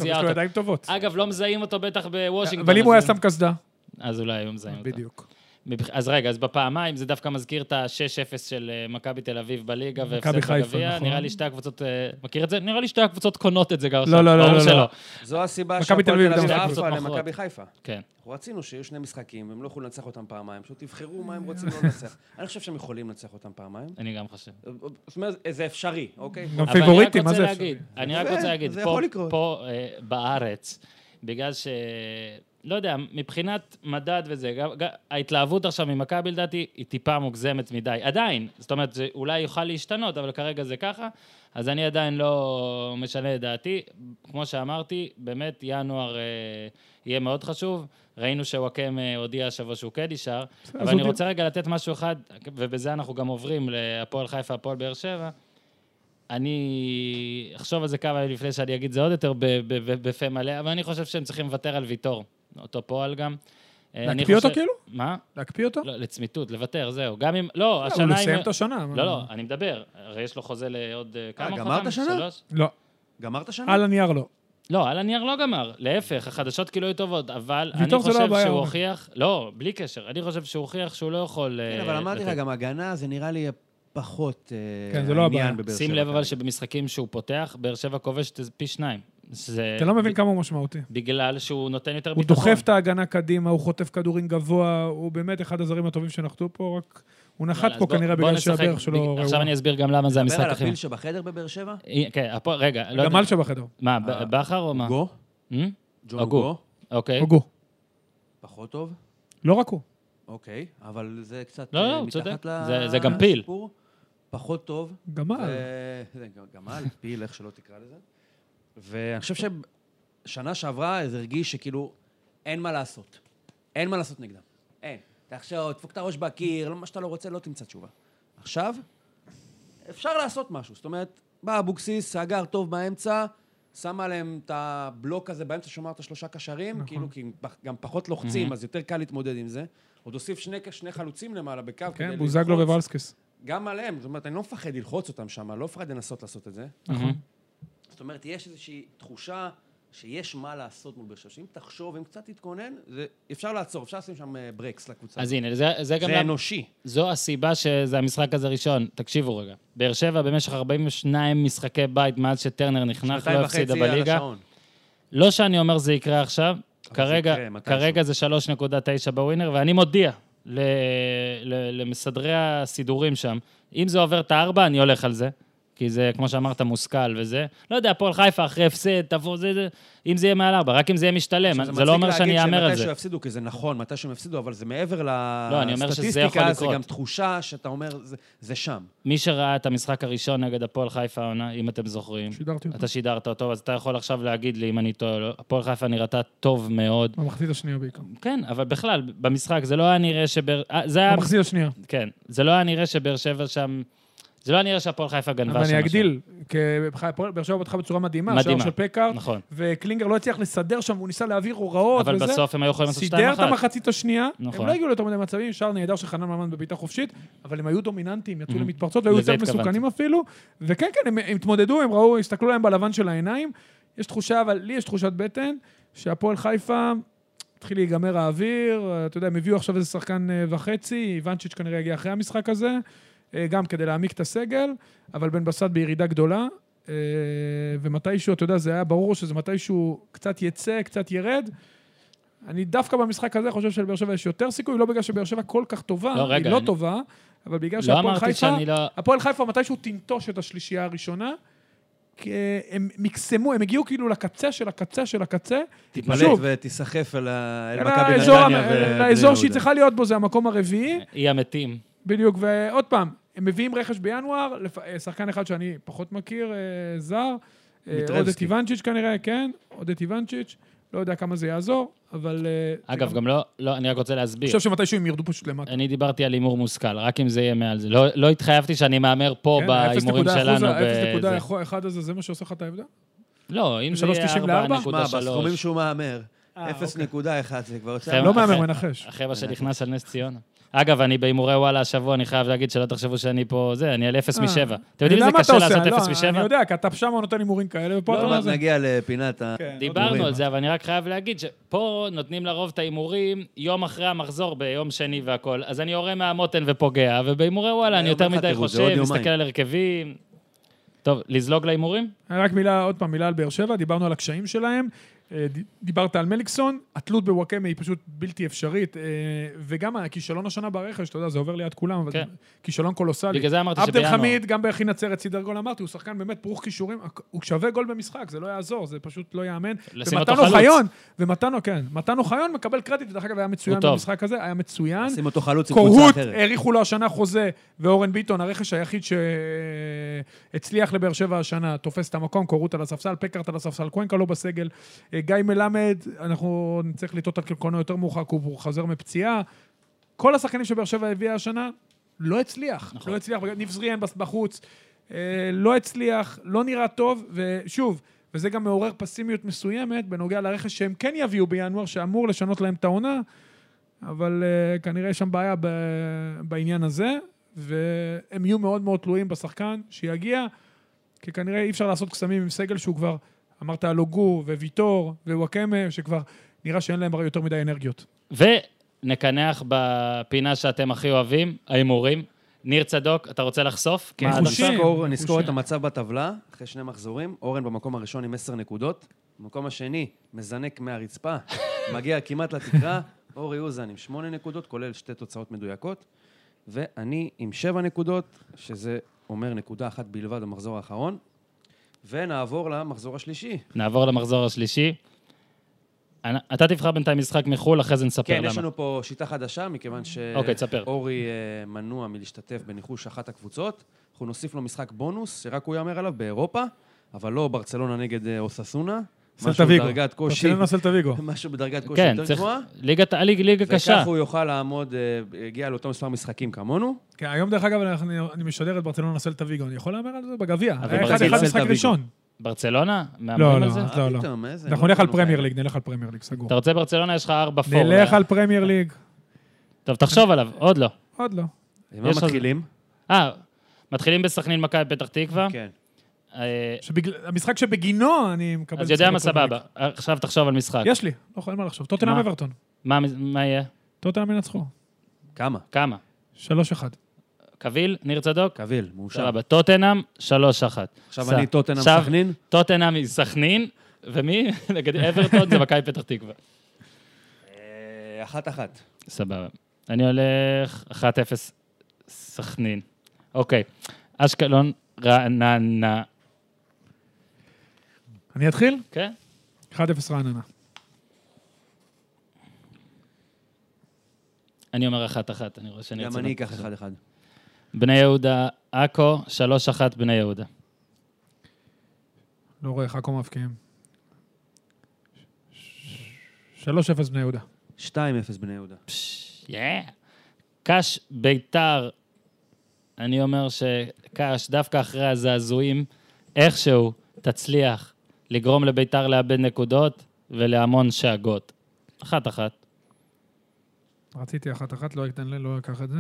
Speaker 1: זיהה אותו. אגב, לא מזהים אותו בטח בוושינגטון.
Speaker 2: אבל אם הוא היה שם קסדה.
Speaker 1: אז אולי הוא מזהים אותו.
Speaker 2: בדיוק.
Speaker 1: אז רגע, אז בפעמיים זה דווקא מזכיר את ה-6-0 של מכבי תל אביב בליגה והפסד בגביע. נראה לי שתי הקבוצות, מכיר את זה? נראה לי שתי הקבוצות קונות את זה גם עכשיו.
Speaker 2: לא.
Speaker 3: זו הסיבה שהפועל תל אביב עפה למכבי חיפה.
Speaker 1: כן.
Speaker 3: אנחנו רצינו שיהיו שני משחקים, הם לא יכולים לנצח אותם פעמיים, פשוט תבחרו מה הם רוצים לא לנצח. אני חושב שהם יכולים לנצח אותם פעמיים.
Speaker 1: אני גם חושב.
Speaker 3: זאת אומרת, זה אפשרי, אוקיי?
Speaker 2: גם פיבוריטים, מה זה אפשרי?
Speaker 1: אני רק רוצה להגיד, פה בארץ, בגלל ש... לא יודע, מבחינת מדד וזה, ההתלהבות עכשיו ממכבי לדעתי היא טיפה מוגזמת מדי. עדיין, זאת אומרת, זה אולי יוכל להשתנות, אבל כרגע זה ככה, אז אני עדיין לא משנה את דעתי. כמו שאמרתי, באמת ינואר יהיה מאוד חשוב. ראינו שוואקם הודיע השבוע שהוא כן נשאר, אבל אני רוצה רגע לתת משהו אחד, ובזה אנחנו גם עוברים להפועל חיפה, הפועל באר שבע. אני אחשוב על זה כמה לפני שאני אגיד זה עוד יותר בפה מלא, אבל אני חושב שהם צריכים לוותר על ויטור. אותו פועל גם.
Speaker 2: להקפיא אותו כאילו?
Speaker 1: מה?
Speaker 2: להקפיא אותו?
Speaker 1: לא, לצמיתות, לוותר, זהו. גם אם, לא, השנה...
Speaker 2: הוא לסיים את השנה.
Speaker 1: לא, אני מדבר. הרי יש לו חוזה לעוד כמה?
Speaker 3: גמרת שנה?
Speaker 2: לא.
Speaker 3: גמרת שנה?
Speaker 2: על הנייר לא.
Speaker 1: לא, על הנייר לא גמר. להפך, החדשות כאילו היו טובות, אבל אני חושב שהוא הוכיח... לא, בלי קשר. אני חושב שהוא הוכיח שהוא לא יכול...
Speaker 3: כן, אבל אמרתי לך, גם הגנה זה נראה לי פחות
Speaker 2: עניין
Speaker 3: בבאר שבע.
Speaker 1: שים לב אבל שבמשחקים שהוא פותח, באר שבע כובש פי 2.
Speaker 2: אתה לא מבין כמה הוא משמעותי.
Speaker 1: בגלל שהוא נותן יותר
Speaker 2: ביטחון. הוא דוחף את ההגנה קדימה, הוא חוטף כדורים גבוה, הוא באמת אחד הזרים הטובים שנחתו פה, רק הוא נחת פה כנראה בגלל שהבאר שלו רעוע.
Speaker 1: עכשיו אני אסביר גם למה זה המשחק
Speaker 3: דבר על
Speaker 1: אחר.
Speaker 3: הפיל שבחדר בבאר שבע?
Speaker 1: כן, רגע.
Speaker 2: גמל שבחדר.
Speaker 1: מה, בכר או מה?
Speaker 3: גו? ג'ון גו?
Speaker 1: אוקיי.
Speaker 2: או גו.
Speaker 3: פחות טוב?
Speaker 2: לא רק הוא.
Speaker 3: אוקיי, אבל זה קצת
Speaker 1: מתחת זה גם פיל.
Speaker 3: פחות טוב.
Speaker 2: גמל.
Speaker 3: גמל, פיל, איך שלא תקרא לזה. ואני חושב ששנה שעברה זה הרגיש שכאילו אין מה לעשות. אין מה לעשות נגדם. אין. עכשיו, תפוק את הראש בקיר, מה שאתה לא רוצה, לא תמצא תשובה. עכשיו, אפשר לעשות משהו. זאת אומרת, בא אבוקסיס, סגר טוב באמצע, שם עליהם את הבלוק הזה באמצע, שומר את השלושה קשרים, כאילו, כי גם פחות לוחצים, אז יותר קל להתמודד עם זה. עוד הוסיף שני חלוצים למעלה בקו.
Speaker 2: כן, בוזגלו ווולסקיס.
Speaker 3: גם עליהם, זאת אומרת, אני לא מפחד ללחוץ אותם שם, לא מפחד לנסות לעשות את זה.
Speaker 2: נכון.
Speaker 3: זאת אומרת, יש איזושהי תחושה שיש מה לעשות מול באר שבע. אם תחשוב, אם קצת תתכונן, אפשר לעצור, אפשר לשים שם ברקס לקבוצה.
Speaker 1: אז הנה, זה גם...
Speaker 3: זה אנושי.
Speaker 1: זו הסיבה שזה המשחק הזה ראשון. תקשיבו רגע. באר שבע במשך 42 משחקי בית מאז שטרנר נכנח, לא הפסידה בליגה. לא שאני אומר זה יקרה עכשיו, כרגע זה 3.9 בווינר, ואני מודיע למסדרי הסידורים שם, אם זה עובר את 4, אני הולך על זה. כי זה, כמו שאמרת, מושכל וזה. לא יודע, הפועל חיפה אחרי הפסד, תבוא זה, אם זה יהיה מעל 4, רק אם זה יהיה משתלם. זה לא אומר שאני אאמר על זה.
Speaker 3: מתי שהם יפסידו, כי זה נכון, מתי שהם יפסידו, אבל זה מעבר
Speaker 1: לסטטיסטיקה,
Speaker 3: זה גם תחושה שאתה אומר, זה שם.
Speaker 1: מי שראה את המשחק הראשון נגד הפועל חיפה העונה, אם אתם זוכרים, אתה שידרת אותו, אז אתה יכול עכשיו להגיד לי אם אני טועה, הפועל חיפה נראתה טוב מאוד.
Speaker 2: במחצית השנייה בעיקר.
Speaker 1: כן, אבל בכלל, במשחק זה לא היה נראה
Speaker 2: במחצית השנייה.
Speaker 1: כן, זה לא היה נראה שבאר שבע שם זה לא נראה שהפועל חיפה גנבה שם.
Speaker 2: אבל אני אגדיל, כי באר שבע פתחה בצורה מדהימה, שער של פקארט, וקלינגר לא הצליח לסדר שם, והוא ניסה להעביר הוראות וזה.
Speaker 1: אבל בסוף הם היו יכולים לעשות 2-1.
Speaker 2: סידר את המחצית השנייה, הם לא הגיעו ליותר מדי מצבים, שער נהדר של חנן ממן בביתה חופשית, אבל הם היו דומיננטיים, יצאו למתפרצות, והיו יותר מסוכנים אפילו, וכן, כן, הם התמודדו, הם ראו, הסתכלו להם בלבן של העיניים. יש תחושה, אבל לי יש תחושת בטן, שהפועל חיפה התחיל להיגמר האוויר, אתה יודע, הם הביאו עכשיו איזה שחקן וחצי, איוונצ'יץ' כנראה יגיע אחרי המשחק הזה, גם כדי להעמיק את הסגל, אבל בן בסט בירידה גדולה, ומתישהו, אתה יודע, זה היה ברור שזה מתישהו קצת יצא, קצת ירד. אני דווקא במשחק הזה חושב שלבאר שבע יש יותר סיכוי, לא בגלל שבאר שבע כל כך טובה, היא לא טובה, אבל בגלל שהפועל חיפה מתישהו תנטוש את השלישייה הראשונה, כי הם מקסמו, הם הגיעו כאילו לקצה של הקצה של הקצה.
Speaker 3: תתמלט ותסחף אל מכבי נתניה.
Speaker 2: האזור שהיא צריכה להיות בו זה המקום הרביעי.
Speaker 1: היא המתים.
Speaker 2: בדיוק, ועוד פעם, הם מביאים רכש בינואר, שחקן אחד שאני פחות מכיר, זר, עודד איוונצ'יץ' כנראה, כן, עודד איוונצ'יץ', לא יודע כמה זה יעזור, אבל...
Speaker 1: אגב, גם לא, אני רק רוצה להסביר.
Speaker 2: אני חושב שמתישהו הם ירדו פשוט למטה.
Speaker 1: אני דיברתי על הימור מושכל, רק אם זה יהיה מעל זה. לא התחייבתי שאני מאמר פה בהימורים שלנו.
Speaker 2: 0.1 הזה, זה מה שעושה לך את ההבדל?
Speaker 1: לא, אם זה יהיה 4.3.
Speaker 3: מה, בסכומים שהוא מאמר, 0.1 זה כבר...
Speaker 2: לא מאמר, מנחש.
Speaker 1: אחרי מה שנכנס על נס ציונה. אגב, אני בהימורי וואלה השבוע, אני חייב להגיד שלא תחשבו שאני פה, אני על 0 מ-7. אתם יודעים איזה קשה לעשות 0 מ-7?
Speaker 2: אני יודע, כי אתה שם נותן הימורים כאלה, ופה אתה
Speaker 3: לא, נגיע לפינת
Speaker 1: דיברנו על זה, אבל אני רק חייב להגיד שפה נותנים לרוב את ההימורים יום אחרי המחזור, ביום שני והכל, אז אני יורה מהמותן ופוגע, ובהימורי וואלה, אני יותר מדי חושב, מסתכל על הרכבים. טוב, לזלוג להימורים?
Speaker 2: רק מילה, עוד פעם, מילה על באר שבע, דיברנו על הקשיים שלהם, דיברת על מליקסון, התלות בוואקמה היא פשוט בלתי אפשרית, וגם הכישלון השנה ברכש, אתה יודע, זה עובר ליד כולם, אבל כישלון קולוסלי.
Speaker 1: בגלל זה אמרתי
Speaker 2: עבד אל חמיד, גם בהכין נצרת סדר גול, אמרתי, הוא שחקן באמת פרוך כישורים, הוא שווה גול במשחק, זה לא יעזור, זה פשוט לא יאמן. מתן אוחיון מקבל קרדיט, ודרך אגב היה מצוין במשחק הזה, היה מצוין.
Speaker 3: שים אותו חלוץ עם קבוצה אחרת.
Speaker 2: העריכו לו השנה חוזה, ואורן ביטון, הרכש היחיד שהצליח לבאר שבע השנה, תופס את המקום, קורות על הספסל, פקארט על הספסל, קוונקה לא בסגל. גיא מלמד, אנחנו נצטרך לטעות על קלקונו יותר מאוחר, הוא חוזר מפציעה. כל השחקנים שבאר שבע הביאה השנה, לא הצליח. נכון. לא הצליח, ניב זריאן בחוץ, לא הצליח, לא נראה טוב, ושוב, וזה גם מעורר פסימיות מסוימת, בנוגע לרכש שהם כן יביאו בינואר, שאמור לשנות להם את העונה, אבל כנראה יש שם בעיה בעניין הזה, והם יהיו מאוד מאוד תלויים בשחקן שיגיע, כי כנראה אי אפשר לעשות קסמים עם סגל שהוא כבר, אמרת אלוגו וויטור ווואקמה, שכבר נראה שאין להם יותר מדי אנרגיות.
Speaker 1: ונקנח בפינה שאתם הכי אוהבים, ההימורים. ניר צדוק, אתה רוצה לחשוף?
Speaker 3: כן, נזכור את המצב בטבלה, אחרי 2 מחזורים, אורן במקום הראשון עם 10 נקודות, במקום השני מזנק מהרצפה, מגיע כמעט לתקרה, אורי אוזן עם 8 נקודות, כולל 2 תוצאות מדויקות, ואני עם 7 נקודות, שזה אומר נקודה אחת בלבד במחזור האחרון, ונעבור למחזור השלישי.
Speaker 1: נעבור למחזור השלישי. אתה תבחר בינתיים משחק מחול, אחרי זה נספר למה.
Speaker 3: כן, יש לנו פה שיטה חדשה, מכיוון שאורי מנוע מלהשתתף בניחוש אחת הקבוצות. אנחנו נוסיף לו משחק בונוס, שרק הוא יאמר עליו באירופה, אבל לא ברצלונה נגד אוססונה. משהו בדרגת קושי. משהו בדרגת קושי יותר גבוהה.
Speaker 1: ליגה קשה.
Speaker 3: וכך הוא יוכל לעמוד, הגיע לאותו מספר משחקים כמונו.
Speaker 2: כן, היום דרך אגב אני משדר את ברצלונה סלטה ויגו. אני יכול להאמר על זה בגביע. היה אחד משחק ראשון.
Speaker 1: ברצלונה?
Speaker 2: לא, לא. אנחנו נלך על פרמייר ליג, סגור.
Speaker 1: אתה רוצה ברצלונה? יש לך 4 פורמה.
Speaker 2: נלך על פרמייר ליג.
Speaker 1: טוב, תחשוב עליו. עוד לא.
Speaker 2: עוד לא.
Speaker 3: מה מתחילים?
Speaker 1: מתחילים בסכנין מכבי פתח תקווה.
Speaker 3: כן.
Speaker 2: המשחק שבגינו אני מקבל...
Speaker 1: אז יודע מה סבבה. עכשיו תחשוב על משחק.
Speaker 2: יש לי, לא יכול מה לחשוב. טוטנהאם אברטון.
Speaker 1: מה יהיה?
Speaker 2: טוטנהאם ינצחו.
Speaker 3: כמה?
Speaker 2: 3-1.
Speaker 1: קביל, ניר צדוק?
Speaker 3: קביל, מאושר.
Speaker 1: סבבה, טוטנהאם, 3-1.
Speaker 3: עכשיו אני טוטנהאם סכנין?
Speaker 1: טוטנהאם סכנין, ומי? נגד אברטון זה מכבי פתח תקווה.
Speaker 3: 1-1.
Speaker 1: סבבה. אני הולך 1-0 סכנין. אוקיי. אשקלון, רעננה.
Speaker 2: אני אתחיל?
Speaker 1: כן.
Speaker 2: 1-0 רעננה.
Speaker 1: אני אומר 1-1, אני רואה שאני...
Speaker 3: גם אני אקח 1-1.
Speaker 1: בני יהודה, עכו, 3-1 בני יהודה.
Speaker 2: לא רואה איך עכו מבקיעים. 3-0 בני יהודה.
Speaker 3: 2-0 בני יהודה.
Speaker 1: קש ביתר, אני אומר שקש, דווקא אחרי הזעזועים, איכשהו תצליח לגרום לביתר לאבד נקודות ולהמון שאגות. 1-1.
Speaker 2: רציתי 1-1, לא אקח את זה.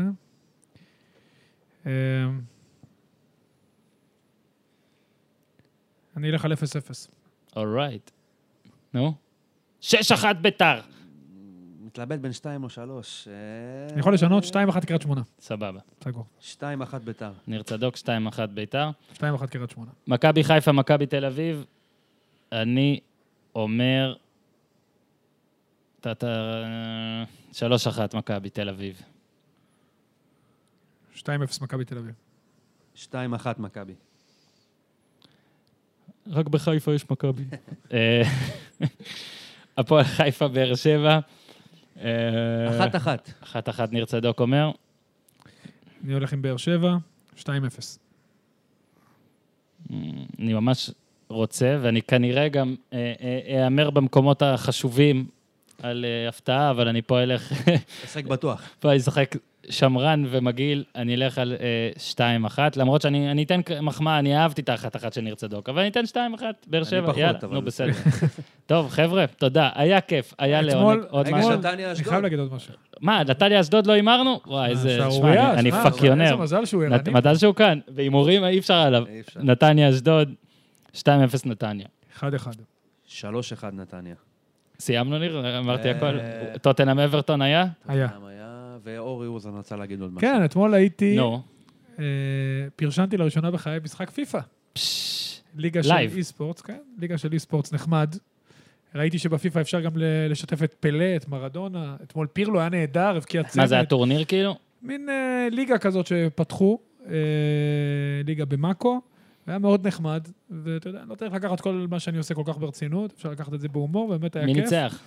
Speaker 2: אני אלך על 0-0.
Speaker 1: אורייט. נו? 6-1 ביתר.
Speaker 3: מתלבט בין 2 או 3.
Speaker 2: אני יכול לשנות 2-1 קריית שמונה.
Speaker 1: סבבה.
Speaker 2: סגור.
Speaker 3: 2-1 ביתר.
Speaker 1: ניר צדוק, 2-1 ביתר.
Speaker 2: 2-1 קריית שמונה.
Speaker 1: מכבי חיפה, מכבי תל אביב. אני אומר... 3-1 מכבי תל אביב.
Speaker 2: 2-0 מכבי תל אביב.
Speaker 3: 2-1 מכבי.
Speaker 1: רק בחיפה יש מכבי. הפועל חיפה באר שבע.
Speaker 3: 1-1.
Speaker 1: 1-1 ניר צדוק אומר.
Speaker 2: אני הולך עם באר שבע. 2-0.
Speaker 1: אני ממש רוצה, ואני כנראה גם אאמר במקומות החשובים על הפתעה, אבל אני פה אלך...
Speaker 3: אשחק בטוח.
Speaker 1: פה אני אשחק שמרן ומגעיל, אני אלך על 2-1, למרות שאני אתן מחמאה, אני אהבתי את ה1-1 של ניר צדוק, אבל אני אתן 2-1, באר שבע, יאללה, נו בסדר. טוב, חבר'ה, תודה, היה כיף, היה לעונג עוד משהו.
Speaker 2: אני חייב להגיד עוד משהו.
Speaker 1: מה, נתניה אשדוד לא אמרנו? וואי, איזה, שמע, אני פקיונר.
Speaker 2: איזה מזל שהוא ערני.
Speaker 1: מזל שהוא כאן, בהימורים אי אפשר עליו. נתניה אשדוד, 2-0 נתניה.
Speaker 2: 1-1.
Speaker 3: 3-1 נתניה.
Speaker 1: סיימנו ניר? אמרתי הכל. טוטנהאם אברטון היה?
Speaker 2: היה.
Speaker 3: ואורי אוזן רצה להגיד עוד משהו.
Speaker 2: כן, אתמול הייתי... פרשנתי לראשונה בחיי משחק פיפא. ליגה של אי-ספורטס, כן? ליגה של אי-ספורטס נחמד. ראיתי שבפיפא אפשר גם לשתף את פלה, את מרדונה. אתמול פירלו היה נהדר, הבקיע צמד.
Speaker 1: מה זה, הטורניר כאילו?
Speaker 2: מין ליגה כזאת שפתחו, ליגה במאקו. היה מאוד נחמד, ואתה יודע, לא צריך לקחת כל מה שאני עושה כל כך ברצינות, אפשר לקחת את זה בהומור, באמת היה כיף.
Speaker 1: מי ניצח?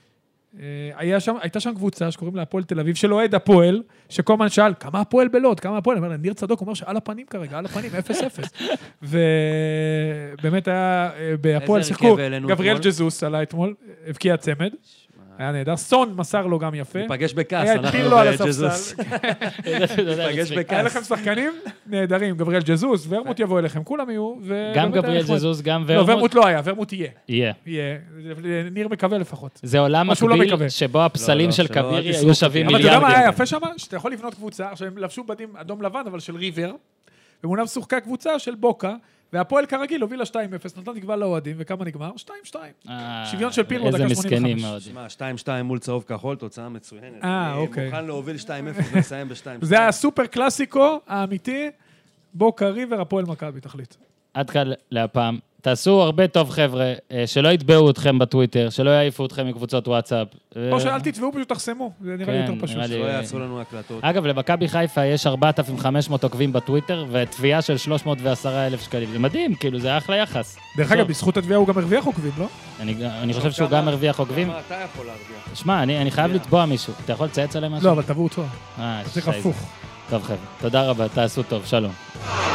Speaker 2: הייתה שם קבוצה שקוראים לה הפועל תל אביב, שלא אוהד הפועל, שכל הזמן שאל, כמה הפועל בלוד, כמה הפועל? אומר, ניר צדוק אומר שעל הפנים כרגע, על הפנים, 0-0. ובאמת היה בהפועל שיחקו, גבריאל ג'זוס עלה אתמול, הבקיע צמד. היה נהדר, סון מסר לו גם יפה.
Speaker 3: נפגש בכעס,
Speaker 2: אנחנו וג'זוס.
Speaker 3: נפגש בכעס.
Speaker 2: היה לכם שחקנים נהדרים, גבריאל ג'זוס, ורמוט יבוא אליכם, כולם יהיו.
Speaker 1: גם גבריאל ג'זוס, גם ורמוט?
Speaker 2: לא, ורמוט לא היה, ורמוט יהיה.
Speaker 1: יהיה.
Speaker 2: ניר מקווה לפחות.
Speaker 1: זה עולם מקביל שבו הפסלים של קבירי היו שווים מיליארדים.
Speaker 2: אבל אתה יודע מה היה יפה שם? שאתה יכול לבנות קבוצה, עכשיו הם לבשו בדים אדום לבן, אבל של ריבר, ומונם שוחקה קבוצה של בוקה, והפועל כרגיל הובילה 2-0, נתן תקווה לאוהדים, וכמה נגמר? 2-2. שוויון של פירלו, דקה 85.
Speaker 1: איזה מסכנים מאוד.
Speaker 3: שמע, 2-2 מול צהוב כחול, תוצאה מצוינת.
Speaker 2: אוקיי.
Speaker 3: אני מוכן להוביל 2-0 ולסיים ב-2-2.
Speaker 2: זה היה הסופר קלאסיקו האמיתי, בוקה ריבר, הפועל מכבי, תחליט.
Speaker 1: עד כאן להפעם. תעשו הרבה טוב, חבר'ה, שלא יתבעו אתכם בטוויטר, שלא יעיפו אתכם מקבוצות וואטסאפ.
Speaker 2: או שאל תתבעו, פשוט תחסמו, זה נראה לי יותר פשוט.
Speaker 3: לא יעשו לנו הקלטות.
Speaker 1: אגב, למכבי חיפה יש 4,500 עוקבים בטוויטר, ותביעה של 310,000 שקלים. זה מדהים, כאילו, זה אחלה יחס.
Speaker 2: דרך אגב, בזכות התביעה הוא גם הרוויח עוקבים, לא?
Speaker 1: אני חושב שהוא גם הרוויח עוקבים.
Speaker 3: כמה אתה יכול להרוויח?
Speaker 1: שמע, אני חייב לתבוע מישהו. אתה יכול לצייץ עליהם משהו?
Speaker 2: לא, אבל תבעו אותו. צריך הפוך.
Speaker 1: טוב, חבר'ה, תודה רבה, תעשו טוב, שלום.